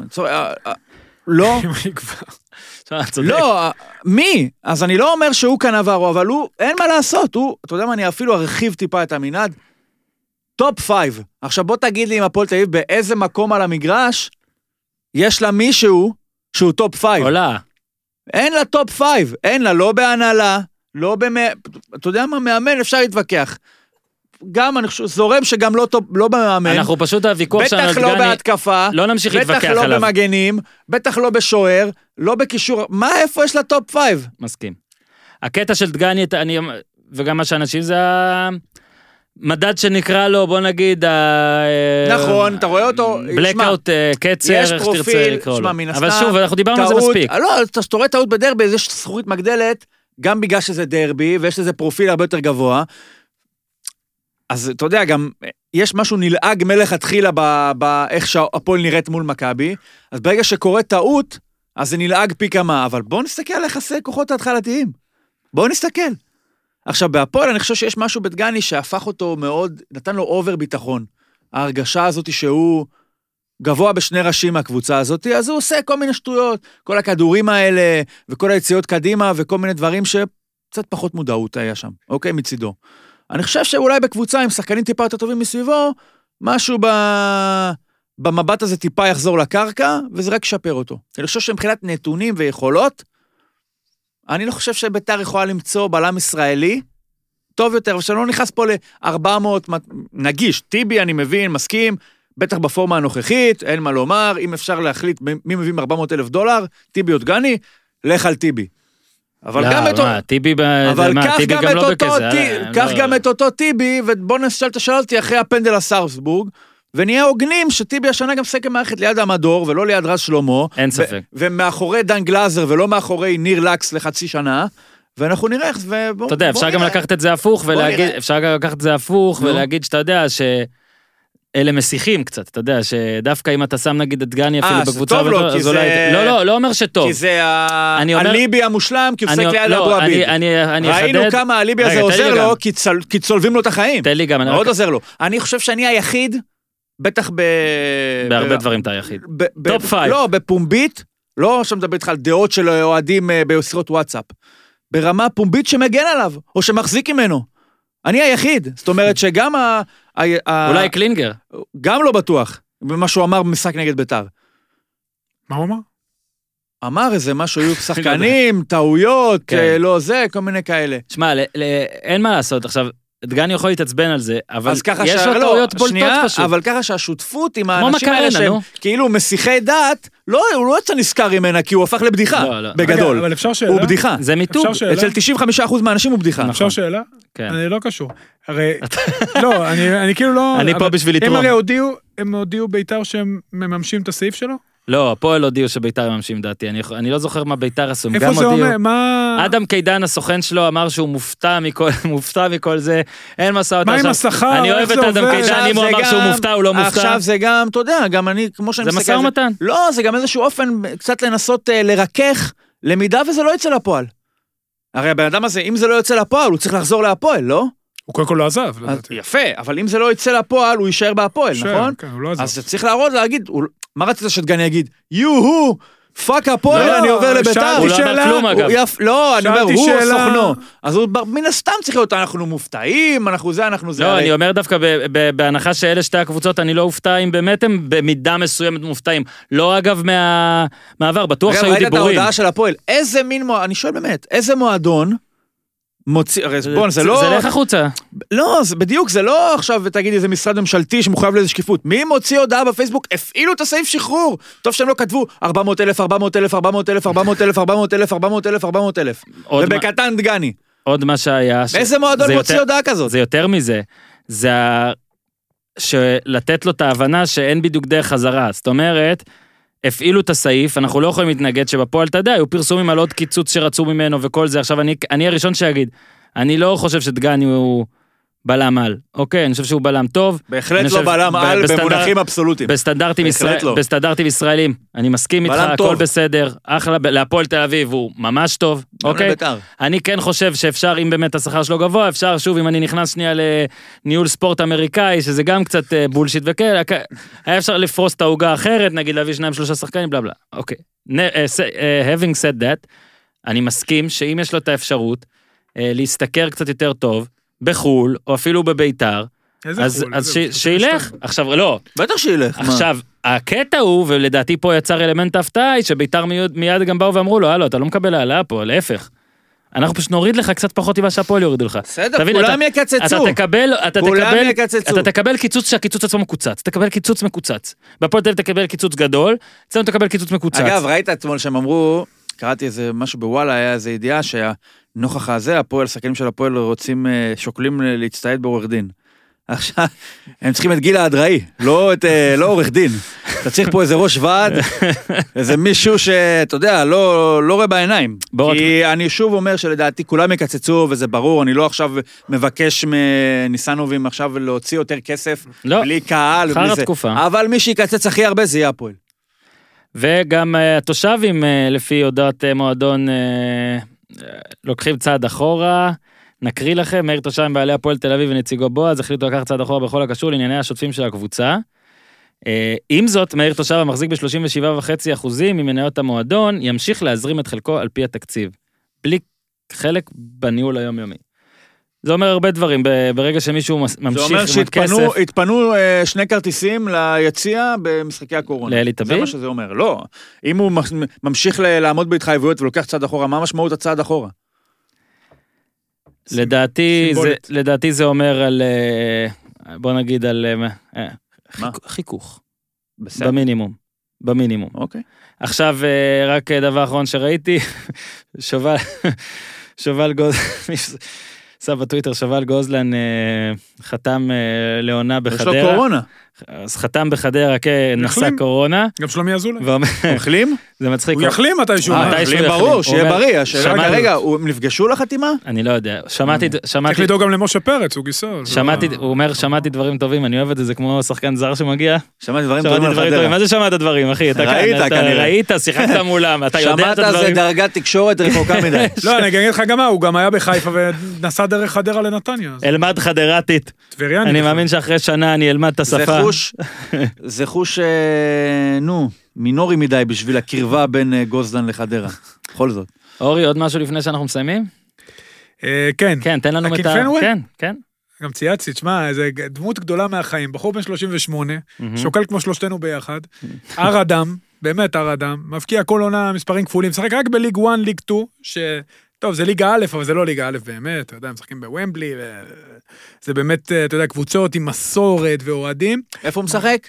לא. אם הוא יגבה. לא, מי? אז אני לא אומר שהוא כאן עברו, אבל הוא, אין מה לעשות, הוא, אתה יודע מה, אני אפילו ארחיב טיפה את המנעד, טופ פייב. עכשיו בוא תגיד לי עם הפועל תל אביב, באיזה מקום על המגרש, יש לה מישהו שהוא טופ פייב. עולה. אין לה טופ פייב, אין לה, לא בהנהלה, לא במא... אתה יודע מה, מאמן אפשר להתווכח. גם אני חושב, זורם שגם לא, טופ, לא במאמן. אנחנו פשוט הוויכוח שלנו... בטח לא בהתקפה. לא נמשיך להתווכח עליו. בטח לא במגנים, בטח לא בשוער, לא בקישור. מה, איפה יש לה טופ פייב? מסכים. הקטע של דגני, אני, וגם מה שאנשים זה המדד שנקרא לו, בוא נגיד, נכון, אתה רואה אותו, בלקאוט, קצר, איך שתרצה לקרוא לו. אבל שוב, אנחנו דיברנו על זה מספיק. לא, אתה רואה טעות בדרבי, יש זכורית מגדלת, גם בגלל שזה דרבי, ויש לזה פרופיל הרבה יותר גבוה, אז אתה יודע, גם יש משהו נלעג מלך התחילה באיך שהפועל נראית מול מכבי, אז ברגע שקורה טעות, אז זה נלעג פי כמה, אבל בואו נסתכל על יחסי כוחות ההתחלתיים. בואו נסתכל. עכשיו, בהפועל אני חושב שיש משהו בדגני שהפך אותו מאוד, נתן לו אובר ביטחון. ההרגשה הזאת שהוא גבוה בשני ראשים מהקבוצה הזאת, אז הוא עושה כל מיני שטויות, כל הכדורים האלה, וכל היציאות קדימה, וכל מיני דברים שקצת פחות מודעות היה שם, אוקיי, מצידו. אני חושב שאולי בקבוצה עם שחקנים טיפה יותר טובים מסביבו, משהו ב... במבט הזה טיפה יחזור לקרקע, וזה רק ישפר אותו. אני חושב שמבחינת נתונים ויכולות, אני לא חושב שביתר יכולה למצוא בלם ישראלי, טוב יותר, ושאני לא נכנס פה ל-ארבע מאות, נגיש, טיבי אני מבין, מסכים, בטח בפורמה הנוכחית, אין מה לומר, אם אפשר להחליט מי מביא ארבע מאות אלף דולר, טיבי או דגני, לך על טיבי. אבל גם את אותו... טיבי קח גם את אותו טיבי, ובוא נשאל את השאלתי אחרי הפנדל הסארסבורג, ונהיה הוגנים שטיבי השנה גם סקר מערכת ליד המדור, ולא ליד רז שלמה. אין ספק. ומאחורי דן גלאזר, ולא מאחורי ניר לקס לחצי שנה, ואנחנו נראה איך... אתה יודע, אפשר גם לקחת את זה הפוך, ולהגיד, אפשר גם לקחת את זה הפוך, ולהגיד שאתה יודע ש... אלה מסיחים קצת, אתה יודע, שדווקא אם אתה שם נגיד את דגני אפילו בקבוצה... אה, זה טוב לו, כי זה... לא, לא, לא אומר שטוב. כי זה הליבי המושלם, כי הוא סק ליד אבו עביד. ראינו כמה הליבי הזה עוזר לו, כי צולבים לו את החיים. תן לי גם. מאוד עוזר לו. אני חושב שאני היחיד, בטח ב... בהרבה דברים אתה היחיד. טופ פייב. לא, בפומבית, לא עכשיו מדבר איתך על דעות של אוהדים בשיחות וואטסאפ. ברמה פומבית שמגן עליו, או שמחזיק ממנו. אני היחיד. זאת אומרת שגם ה... אולי קלינגר. גם לא בטוח, במה שהוא אמר במשחק נגד ביתר. מה הוא אמר? אמר איזה משהו, היו שחקנים, טעויות, לא זה, כל מיני כאלה. שמע, אין מה לעשות, עכשיו, דגני יכול להתעצבן על זה, אבל יש לו טעויות בולטות פשוט. אבל ככה שהשותפות עם האנשים האלה שהם כאילו מסיחי דעת, לא, הוא לא יצא נזכר ממנה, כי הוא הפך לבדיחה, בגדול. אבל אפשר שאלה? הוא בדיחה. זה מיתוג. אצל תשעים וחמישה אחוז מהאנשים הוא בדיחה. אפשר שאלה? כן. אני לא קשור. הרי, לא, אני כאילו לא... אני פה בשביל לתרום. הם הרי הודיעו, הם הודיעו ביתר שהם מממשים את הסעיף שלו? לא, הפועל הודיעו שביתר מממשים דעתי, אני, אני לא זוכר מה ביתר עשו, איפה זה אומר? מה... אדם קידן, הסוכן שלו, אמר שהוא מופתע מכל, מופתע מכל זה, אין מסעות. מה עם השכר? אני אוהב את אדם קידן, אם הוא אמר שהוא מופתע, הוא לא מופתע. עכשיו זה גם, אתה יודע, גם אני, כמו שאני מסתכל... זה מסע ומתן. לא, זה גם איזשהו אופן, קצת לנסות לרכך, למידה וזה לא יצא לפועל. הרי הבן אדם הזה, אם זה לא יוצא לפועל, הוא צריך לחזור להפועל, לא? הוא קודם כל לא עזב. יפה, אבל אם זה לא יצא לפועל, הוא יישאר בהפועל, נכון? אז צריך להראות, להגיד, מה רצית שדגני יגיד? יו-הו, פאק הפועל, אני עובר לביתר. הוא לא אמר כלום אגב. לא, אני אומר, הוא סוכנו. אז הוא מן הסתם צריך להיות, אנחנו מופתעים, אנחנו זה, אנחנו זה. לא, אני אומר דווקא בהנחה שאלה שתי הקבוצות, אני לא אופתע אם באמת הם במידה מסוימת מופתעים. לא אגב מהעבר, בטוח שהיו דיבורים. ראית את ההודעה של הפועל, איזה מין מועדון, אני שואל באמת, איזה מועדון מוציא, בוא, זה לא... זה לך החוצה. לא, בדיוק, זה לא עכשיו, תגיד, איזה משרד ממשלתי שמחויב לאיזה שקיפות. מי מוציא הודעה בפייסבוק? הפעילו את הסעיף שחרור. טוב שהם לא כתבו ארבע מאות אלף, ארבע מאות אלף, ארבע מאות אלף, ארבע מאות אלף, ארבע מאות אלף, ארבע מאות אלף, ארבע מאות אלף. ובקטן דגני. עוד מה שהיה... איזה מועדון מוציא הודעה כזאת? זה יותר מזה. זה לתת לו את ההבנה שאין בדיוק דרך חזרה. זאת אומרת, הפעילו את הסעיף, אנחנו לא יכולים להתנגד שבפועל, אתה יודע, היו פרסומים על עוד קיצוץ שרצו ממנו וכל זה. עכשיו, אני, אני הראשון שיגיד, אני לא חושב שדגני הוא בלם על. אוקיי, אני חושב שהוא בלם טוב. בהחלט לא בלם על במונחים אבסולוטיים. בסטנדרטים, ישראל, לא. בסטנדרטים ישראלים. אני מסכים איתך, הכל טוב. בסדר. אחלה, להפועל תל אביב הוא ממש טוב. אוקיי? אני כן חושב שאפשר, אם באמת השכר שלו גבוה, אפשר, שוב, אם אני נכנס שנייה לניהול ספורט אמריקאי, שזה גם קצת בולשיט וכאלה, היה אפשר לפרוס את ההוגה אחרת, נגיד להביא שניים שלושה שחקנים, בלה בלה. אוקיי. Having said that, אני מסכים שאם יש לו את האפשרות, להסתכר קצת יותר טוב, בחול, או אפילו בביתר, אז, אז ש, שילך. עכשיו, לא. בטח שילך. עכשיו, מה? הקטע הוא, ולדעתי פה יצר אלמנט ההפתעה, שביתר מיד, מיד גם באו ואמרו לו, הלו, אתה לא מקבל העלה פה, להפך. אנחנו פשוט נוריד לך קצת פחות ממה שהפועל יורידו לך. בסדר, כולם יקצצו. אתה תקבל, אתה תקבל, אתה תקבל קיצוץ שהקיצוץ עצמו מקוצץ. תקבל קיצוץ מקוצץ. בפועל תל אביב תקבל קיצוץ גדול, אצלנו תקבל קיצוץ מקוצץ. אגב, ראית אתמול שהם אמרו, קראתי איזה משהו בוואלה, היה איזה ידיעה שהנוכח הזה, הפועל, שחקנים של הפועל רוצים, שוקלים להצטייד בעורך דין. עכשיו, הם צריכים את גיל האדראי, לא את, לא עורך דין. אתה צריך פה איזה ראש ועד, איזה מישהו שאתה יודע, לא, לא רואה בעיניים. כי אני שוב אומר שלדעתי כולם יקצצו, וזה ברור, אני לא עכשיו מבקש מניסנובים עכשיו להוציא יותר כסף, לא, בלי קהל, ובלי זה. התקופה. אבל מי שיקצץ הכי הרבה זה יהיה הפועל. וגם התושבים, לפי הודעת מועדון, לוקחים צעד אחורה, נקריא לכם, מאיר תושב עם בעלי הפועל תל אביב ונציגו בועז, החליטו לקחת צעד אחורה בכל הקשור לענייני השוטפים של הקבוצה. עם זאת, מאיר תושב המחזיק ב-שלושים ושבעה וחצי אחוזים ממניות המועדון, ימשיך להזרים את חלקו על פי התקציב, בלי חלק בניהול היומיומי. זה אומר הרבה דברים, ברגע שמישהו ממשיך עם הכסף... זה אומר שהתפנו שני כרטיסים ליציאה במשחקי הקורונה. לאלי טביב? זה מה שזה אומר, לא. אם הוא ממשיך לעמוד בהתחייבויות ולוקח צעד אחורה, מה משמעות הצעד אחורה? לדעתי, זה, לדעתי זה אומר על, בוא נגיד על חיכוך, במינימום. במינימום. אוקיי. עכשיו, רק דבר אחרון שראיתי, שובל, שובל גוז... עשה בטוויטר, שובל גוזלן חתם לעונה בחדרה. יש לו קורונה. אז חתם בחדרה, כן, נשא קורונה. גם שלומי אזולאי. החלים? זה מצחיק. הוא יחלים מתישהו. החלים ברור, שיהיה בריא. רגע, רגע, הם נפגשו לחתימה? אני לא יודע. שמעתי... צריך לדאוג גם למשה פרץ, הוא גיסו. שמעתי, הוא אומר, שמעתי דברים טובים, אני אוהב את זה, זה כמו שחקן זר שמגיע. שמעתי דברים טובים על חדרה. מה זה שמעת דברים, אחי? ראית, כנראה. ראית, שיחקת מולם, אתה יודע את הדברים. שמעת זה דרגת תקשורת רחוקה מדי. לא, אני אגיד לך גם מה, הוא גם היה בחיפה ונסע דרך חדרה לנתניה. אלמד חדרתית. אני מאמין שאחרי שנה אני אלמד את השפה. זה חוש, נו, מינורי מדי בשביל הקרבה בין גוזלן לחדרה. בכל זאת. אורי, עוד משהו לפני שאנחנו מסיימים? כן. כן, תן לנו את ה... כן, כן. גם צייצתי, תשמע, זה דמות גדולה מהחיים, בחור בן שלושים ושמונה, שוקל כמו שלושתנו ביחד, הר אדם, באמת הר אדם, מבקיע כל עונה מספרים כפולים, שחק רק בליג אחת, ליג שתיים, ש... טוב, זה ליגה א', אבל זה לא ליגה א' באמת, אתה יודע, הם משחקים בוומבלי, זה באמת, אתה יודע, קבוצות עם מסורת ואוהדים. איפה הוא משחק?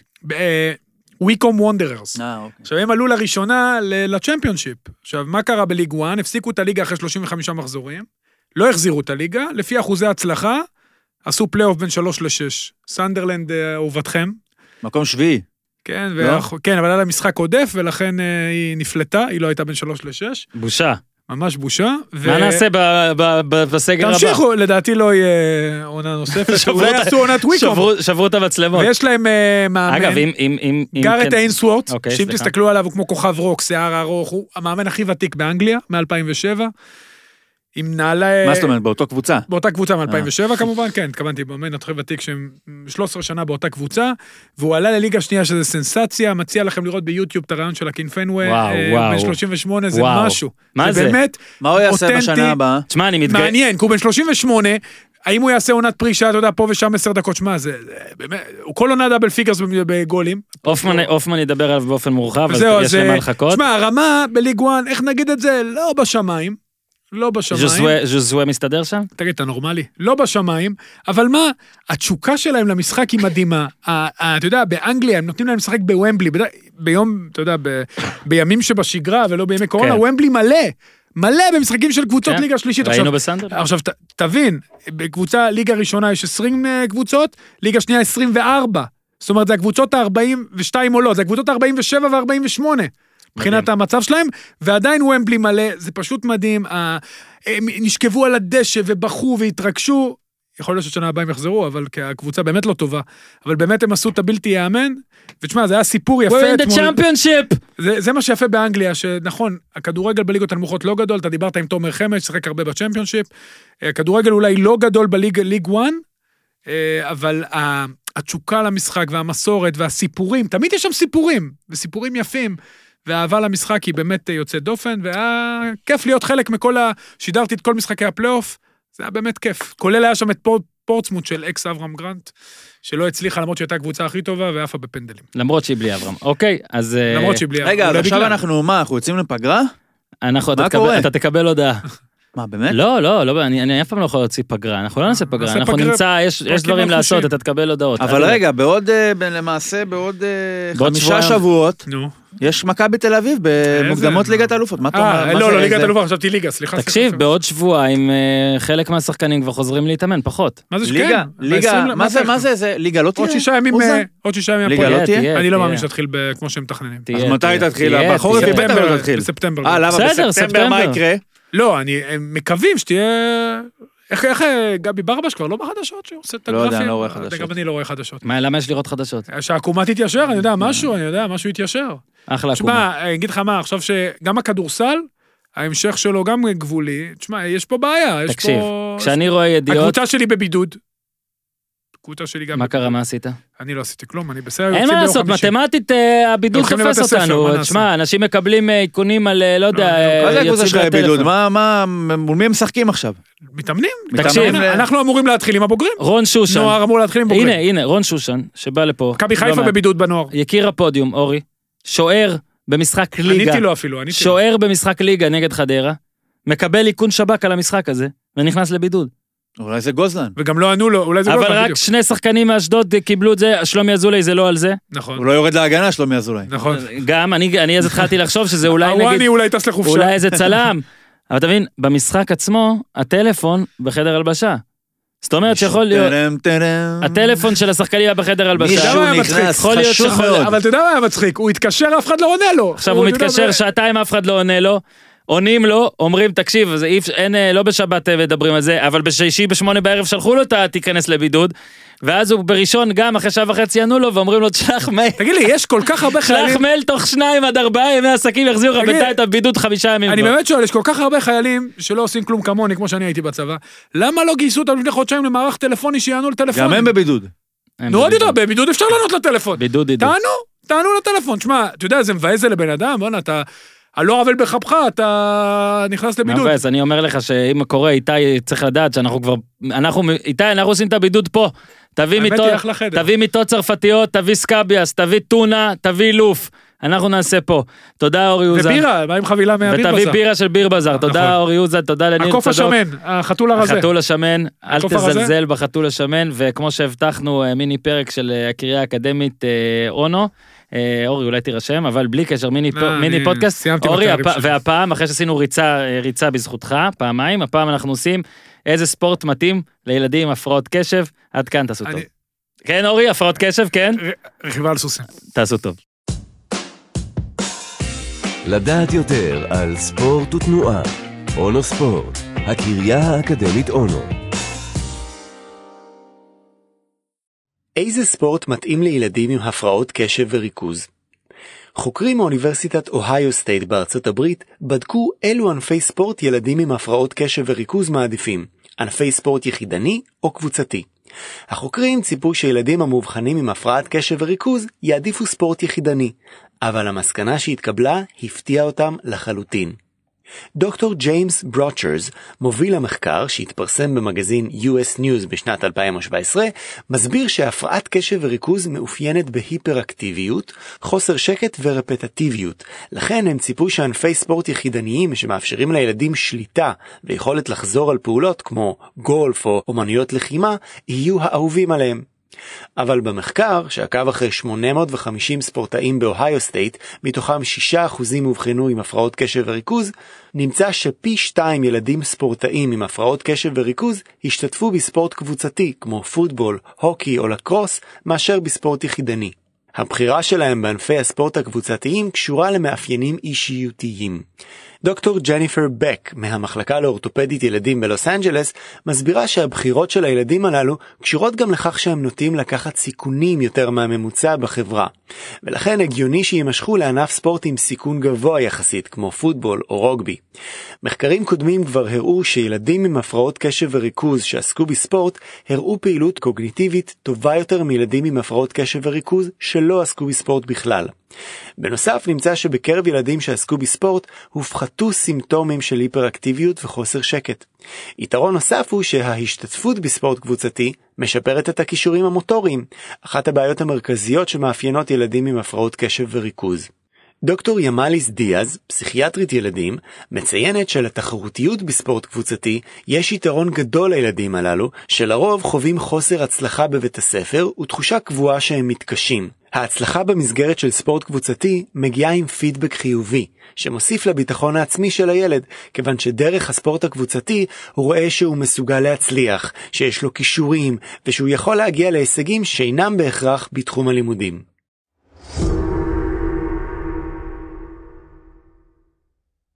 וויקום וונדררס. עכשיו, הם עלו לראשונה לצ'מפיונשיפ. עכשיו, מה קרה בליג אחת? הפסיקו את הליגה אחרי שלושים וחמישה מחזורים, לא החזירו את הליגה, לפי אחוזי הצלחה, עשו פלייאוף בין שלוש לשש. סנדרלנד אהובתכם. מקום שביעי. כן, כן, אבל היה לה משחק עודף, ולכן היא נפלטה, היא לא הייתה בין שלוש לשש. בושה. ממש בושה. מה נעשה בסגר הבא? תמשיכו, לדעתי לא יהיה עונה נוספת, אולי יעשו עונת וויקום. שברו את המצלמות. ויש להם מאמן, אגב, אם... גארט אינסוורט, שאם תסתכלו עליו הוא כמו כוכב רוק, שיער ארוך, הוא המאמן הכי ותיק באנגליה, מ-אלפיים ושבע, עם נעלי... מה זאת אומרת, באותו קבוצה? באותה קבוצה מ-אלפיים ושבע כמובן, כן, התכוונתי, מאמן הכי ותיק שהם שלוש עשרה שנה באותה קבוצה, והוא עלה לליגה שנייה שזה סנסציה, מציע לכם לראות ביוטיוב את הרעיון של הקין פנווה, בן שלושים ושמונה, זה משהו. מה זה? באמת מה הוא יעשה בשנה הבאה? תשמע, אני מתגאה. מעניין, כי הוא בן שלושים ושמונה, האם הוא יעשה עונת פרישה, אתה יודע, פה ושם עשר דקות, שמה, זה באמת, הוא כל עונה דאבל פיגרס בגולים. אופמן ידבר עליו באופן מורחב, אז יש למה לחכות. תשמע, הרמה בליג אחת, איך נגיד את זה? לא בשמיים. לא בשמיים. ז'וזואה מסתדר שם? תגיד, אתה נורמלי? לא בשמיים, אבל מה, התשוקה שלהם למשחק היא מדהימה. אתה יודע, באנגליה הם נותנים להם לשחק בוומבלי, ביום, אתה יודע, בימים שבשגרה ולא בימי קורונה, וומבלי מלא, מלא במשחקים של קבוצות ליגה שלישית. ראינו בסנדר. עכשיו, תבין, בקבוצה ליגה ראשונה יש עשרים קבוצות, ליגה שנייה עשרים וארבע. זאת אומרת, זה הקבוצות ה-ארבעים ושתיים עולות, זה הקבוצות ה-ארבעים ושבע ו-ארבעים ושמונה. מבחינת המצב שלהם, ועדיין וומבלי מלא, זה פשוט מדהים, הם נשכבו על הדשא ובחו והתרגשו, יכול להיות ששנה הבאה הם יחזרו, אבל הקבוצה באמת לא טובה, אבל באמת הם עשו את הבלתי יאמן, ותשמע, זה היה סיפור יפה. We're in the championship! זה, זה מה שיפה באנגליה, שנכון, הכדורגל בליגות הנמוכות לא גדול, אתה דיברת עם תומר חמד, ששחק הרבה בצ'מפיונשיפ, הכדורגל אולי לא גדול בליג, ליג אחת, אבל התשוקה למשחק והמסורת והסיפורים, תמיד יש שם סיפורים, וסיפורים יפים, והאהבה למשחק היא באמת יוצאת דופן, והיה כיף להיות חלק מכל ה... שידרתי את כל משחקי הפלייאוף, זה היה באמת כיף. כולל היה שם את פורטסמוט של אקס אברהם גרנט, שלא הצליחה, למרות שהייתה הקבוצה הכי טובה, ועפה בפנדלים. למרות שהיא בלי אברהם. אוקיי, אז... למרות שהיא בלי אברהם. רגע, אז עכשיו אנחנו, מה, אנחנו יוצאים לפגרה? אנחנו, אתה תקבל הודעה. מה, באמת? לא, לא, לא, אני, אני אף פעם לא יכול להוציא פגרה, אנחנו לא נעשה פגרה, אנחנו נמצא, יש, יש דברים לעשות, אתה תקבל הודעות. אבל רגע, בעוד, למעשה, בעוד חמישה שבועות, יש מכבי בתל אביב, במוקדמות ליגת האלופות, מה אתה אומר? לא, לא, ליגת האלופות, חשבתי ליגה, סליחה. תקשיב, בעוד שבועיים, חלק מהשחקנים כבר חוזרים להתאמן, פחות. מה זה ליגה? ליגה, מה זה, זה, ליגה לא תהיה? עוד שישה ימים, עוד שישה ימים, ליגה לא תהיה? אני לא מאמין שתתחיל כמו שהם מתכננים. אז מתי תתחיל? בחורף בטח לא תתחיל. בספטמבר. אה, למה? בספטמבר מה יקרה? לא, אני מקווים שתהיה... איך, איך, גבי ברבש כבר לא בחדשות שהוא עושה את הגרפים? לא יודע, אני לא רואה חדשות. גם אני לא רואה חדשות. מה, למה יש לראות חדשות? שהעקומה תתיישר, אני יודע, משהו, אני יודע, משהו יתיישר. אחלה עקומה. תשמע, אני אגיד לך מה, עכשיו שגם הכדורסל, ההמשך שלו גם גבולי, תשמע, יש פה בעיה, יש פה... תקשיב, כשאני רואה ידיעות... הקבוצה שלי בבידוד. הקבוצה שלי גם... מה קרה, מה עשית? אני לא עשיתי כלום, אני בסדר. אין מה לעשות, מתמטית הבידוד תופס אותנו. תשמע, אנשים מקבלים עיכונים על, לא יודע, מה זה הקבוצה שלך בבידוד? מה, מול מי הם משחקים עכשיו? מתאמנים. תקשיב, אנחנו אמורים להתחיל עם הבוגרים. רון שושן. נוער אמור להתחיל עם בוגרים. הנה, הנה, רון שושן, שבא לפה. מכבי חיפה בבידוד בנוער. יקיר הפודיום, אורי. שוער במשחק ליגה. עניתי לו אפילו, עניתי לו. שוער במשחק ליגה נגד חדרה. מקבל עיקון שב"כ על המשחק הזה, ונכנס לבידוד. אולי זה גוזלן. וגם לא ענו לו, אולי זה גוזלן. אבל רק שני שחקנים מאשדוד קיבלו את זה, שלומי אזולאי זה לא על זה. נכון. הוא לא יורד להגנה, שלומי אזולאי. נכון. גם, אני אז התחלתי לחשוב שזה אולי נגיד... הוואני אולי טס לחופשה. אולי איזה צלם. אבל תבין, במשחק עצמו, הטלפון בחדר הלבשה. זאת אומרת שיכול להיות... הטלפון של השחקנים היה בחדר הלבשה. מישהו נכנס, חשוב מאוד. אבל אתה יודע מה היה מצחיק? הוא התקשר, אף אחד לא עונה לו. עכשיו הוא מתקשר שעתיים, אף אחד לא עונה לו. עונים לו, אומרים, תקשיב, אין, לא בשבת מדברים על זה, אבל בשישי בשמונה בערב שלחו לו, אתה תיכנס לבידוד, ואז הוא בראשון גם אחרי שעה וחצי ענו לו, ואומרים לו, תשלח מייל. תגיד לי, יש כל כך הרבה חיילים... תשלח מייל תוך שניים עד ארבעה ימי עסקים, יחזירו לך בינתיים את הבידוד חמישה ימים. אני באמת שואל, יש כל כך הרבה חיילים שלא עושים כלום כמוני, כמו שאני הייתי בצבא, למה לא גייסו אותם לפני חודשיים למערך טלפוני שיענו לטלפון? גם הם בבידוד. נו, עוד יותר, בבידוד אפשר לענות לטלפון. בידוד, תענו, תענו לטלפון. שמע, אתה יודע, זה מבאס לבן אדם, בוא, אתה על לא עוול בחפך, אתה נכנס לבידוד. מבאס, אני אומר לך שאם קורה, איתי צריך לדעת שאנחנו כבר, אנחנו, איתי, אנחנו עושים את הבידוד פה. תביא מיטות, תביא מיטות צרפתיות, תביא סקאביאס, תביא טונה, תביא לוף. אנחנו נעשה פה. תודה אורי יוזה. ובירה, מה עם חבילה מהביר בזר? ותביא בירה של ביר בזר. תודה אורי יוזה, תודה לניר צדוק. הקוף השמן, החתול הרזה. החתול השמן, אל תזלזל בחתול השמן, וכמו שהבטחנו מיני פרק של הקריה האקדמית אונו, אורי אולי תירשם, אבל בלי קשר מיני פודקאסט. אורי, והפעם, אחרי שעשינו ריצה בזכותך, פעמיים, הפעם אנחנו עושים איזה ספורט מתאים לילדים עם הפרעות קשב, עד כאן תעשו טוב. כן אורי, הפרעות קשב, כן? רכיבה על סוסים. תעשו טוב. לדעת יותר על ספורט ותנועה, אונו ספורט, הקריה האקדמית אונו. איזה ספורט מתאים לילדים עם הפרעות קשב וריכוז? חוקרים מאוניברסיטת אוהיו סטייט בארצות הברית בדקו אילו ענפי ספורט ילדים עם הפרעות קשב וריכוז מעדיפים, ענפי ספורט יחידני או קבוצתי. החוקרים ציפו שילדים המאובחנים עם הפרעת קשב וריכוז יעדיפו ספורט יחידני, אבל המסקנה שהתקבלה הפתיעה אותם לחלוטין. דוקטור ג'יימס ברוצ'רס, מוביל המחקר שהתפרסם במגזין יו אס News בשנת אלפיים שבע עשרה, מסביר שהפרעת קשב וריכוז מאופיינת בהיפראקטיביות, חוסר שקט ורפטטיביות. לכן הם ציפו שענפי ספורט יחידניים שמאפשרים לילדים שליטה ויכולת לחזור על פעולות כמו גולף או אומנויות לחימה, יהיו האהובים עליהם. אבל במחקר, שעקב אחרי שמונה מאות וחמישים ספורטאים באוהיו סטייט, מתוכם שישה אחוזים אובחנו עם הפרעות קשב וריכוז, נמצא שפי שתיים ילדים ספורטאים עם הפרעות קשב וריכוז השתתפו בספורט קבוצתי, כמו פוטבול, הוקי או לקרוס, מאשר בספורט יחידני. הבחירה שלהם בענפי הספורט הקבוצתיים קשורה למאפיינים אישיותיים. דוקטור ג'ניפר בק מהמחלקה לאורתופדית ילדים בלוס אנג'לס מסבירה שהבחירות של הילדים הללו קשורות גם לכך שהם נוטים לקחת סיכונים יותר מהממוצע בחברה, ולכן הגיוני שימשכו לענף ספורט עם סיכון גבוה יחסית כמו פוטבול או רוגבי. מחקרים קודמים כבר הראו שילדים עם הפרעות קשב וריכוז שעסקו בספורט הראו פעילות קוגניטיבית טובה יותר מילדים עם הפרעות קשב וריכוז שלא עסקו בספורט בכלל. בנוסף נמצא שבקרב ילדים שעסקו בספורט הופחתו סימפטומים של היפראקטיביות וחוסר שקט. יתרון נוסף הוא שההשתתפות בספורט קבוצתי משפרת את הכישורים המוטוריים, אחת הבעיות המרכזיות שמאפיינות ילדים עם הפרעות קשב וריכוז. דוקטור ימאליס דיאז, פסיכיאטרית ילדים, מציינת שלתחרותיות בספורט קבוצתי יש יתרון גדול לילדים הללו, שלרוב חווים חוסר הצלחה בבית הספר ותחושה קבועה שהם מתקשים. ההצלחה במסגרת של ספורט קבוצתי מגיעה עם פידבק חיובי, שמוסיף לביטחון העצמי של הילד, כיוון שדרך הספורט הקבוצתי הוא רואה שהוא מסוגל להצליח, שיש לו כישורים, ושהוא יכול להגיע להישגים שאינם בהכרח בתחום הלימודים.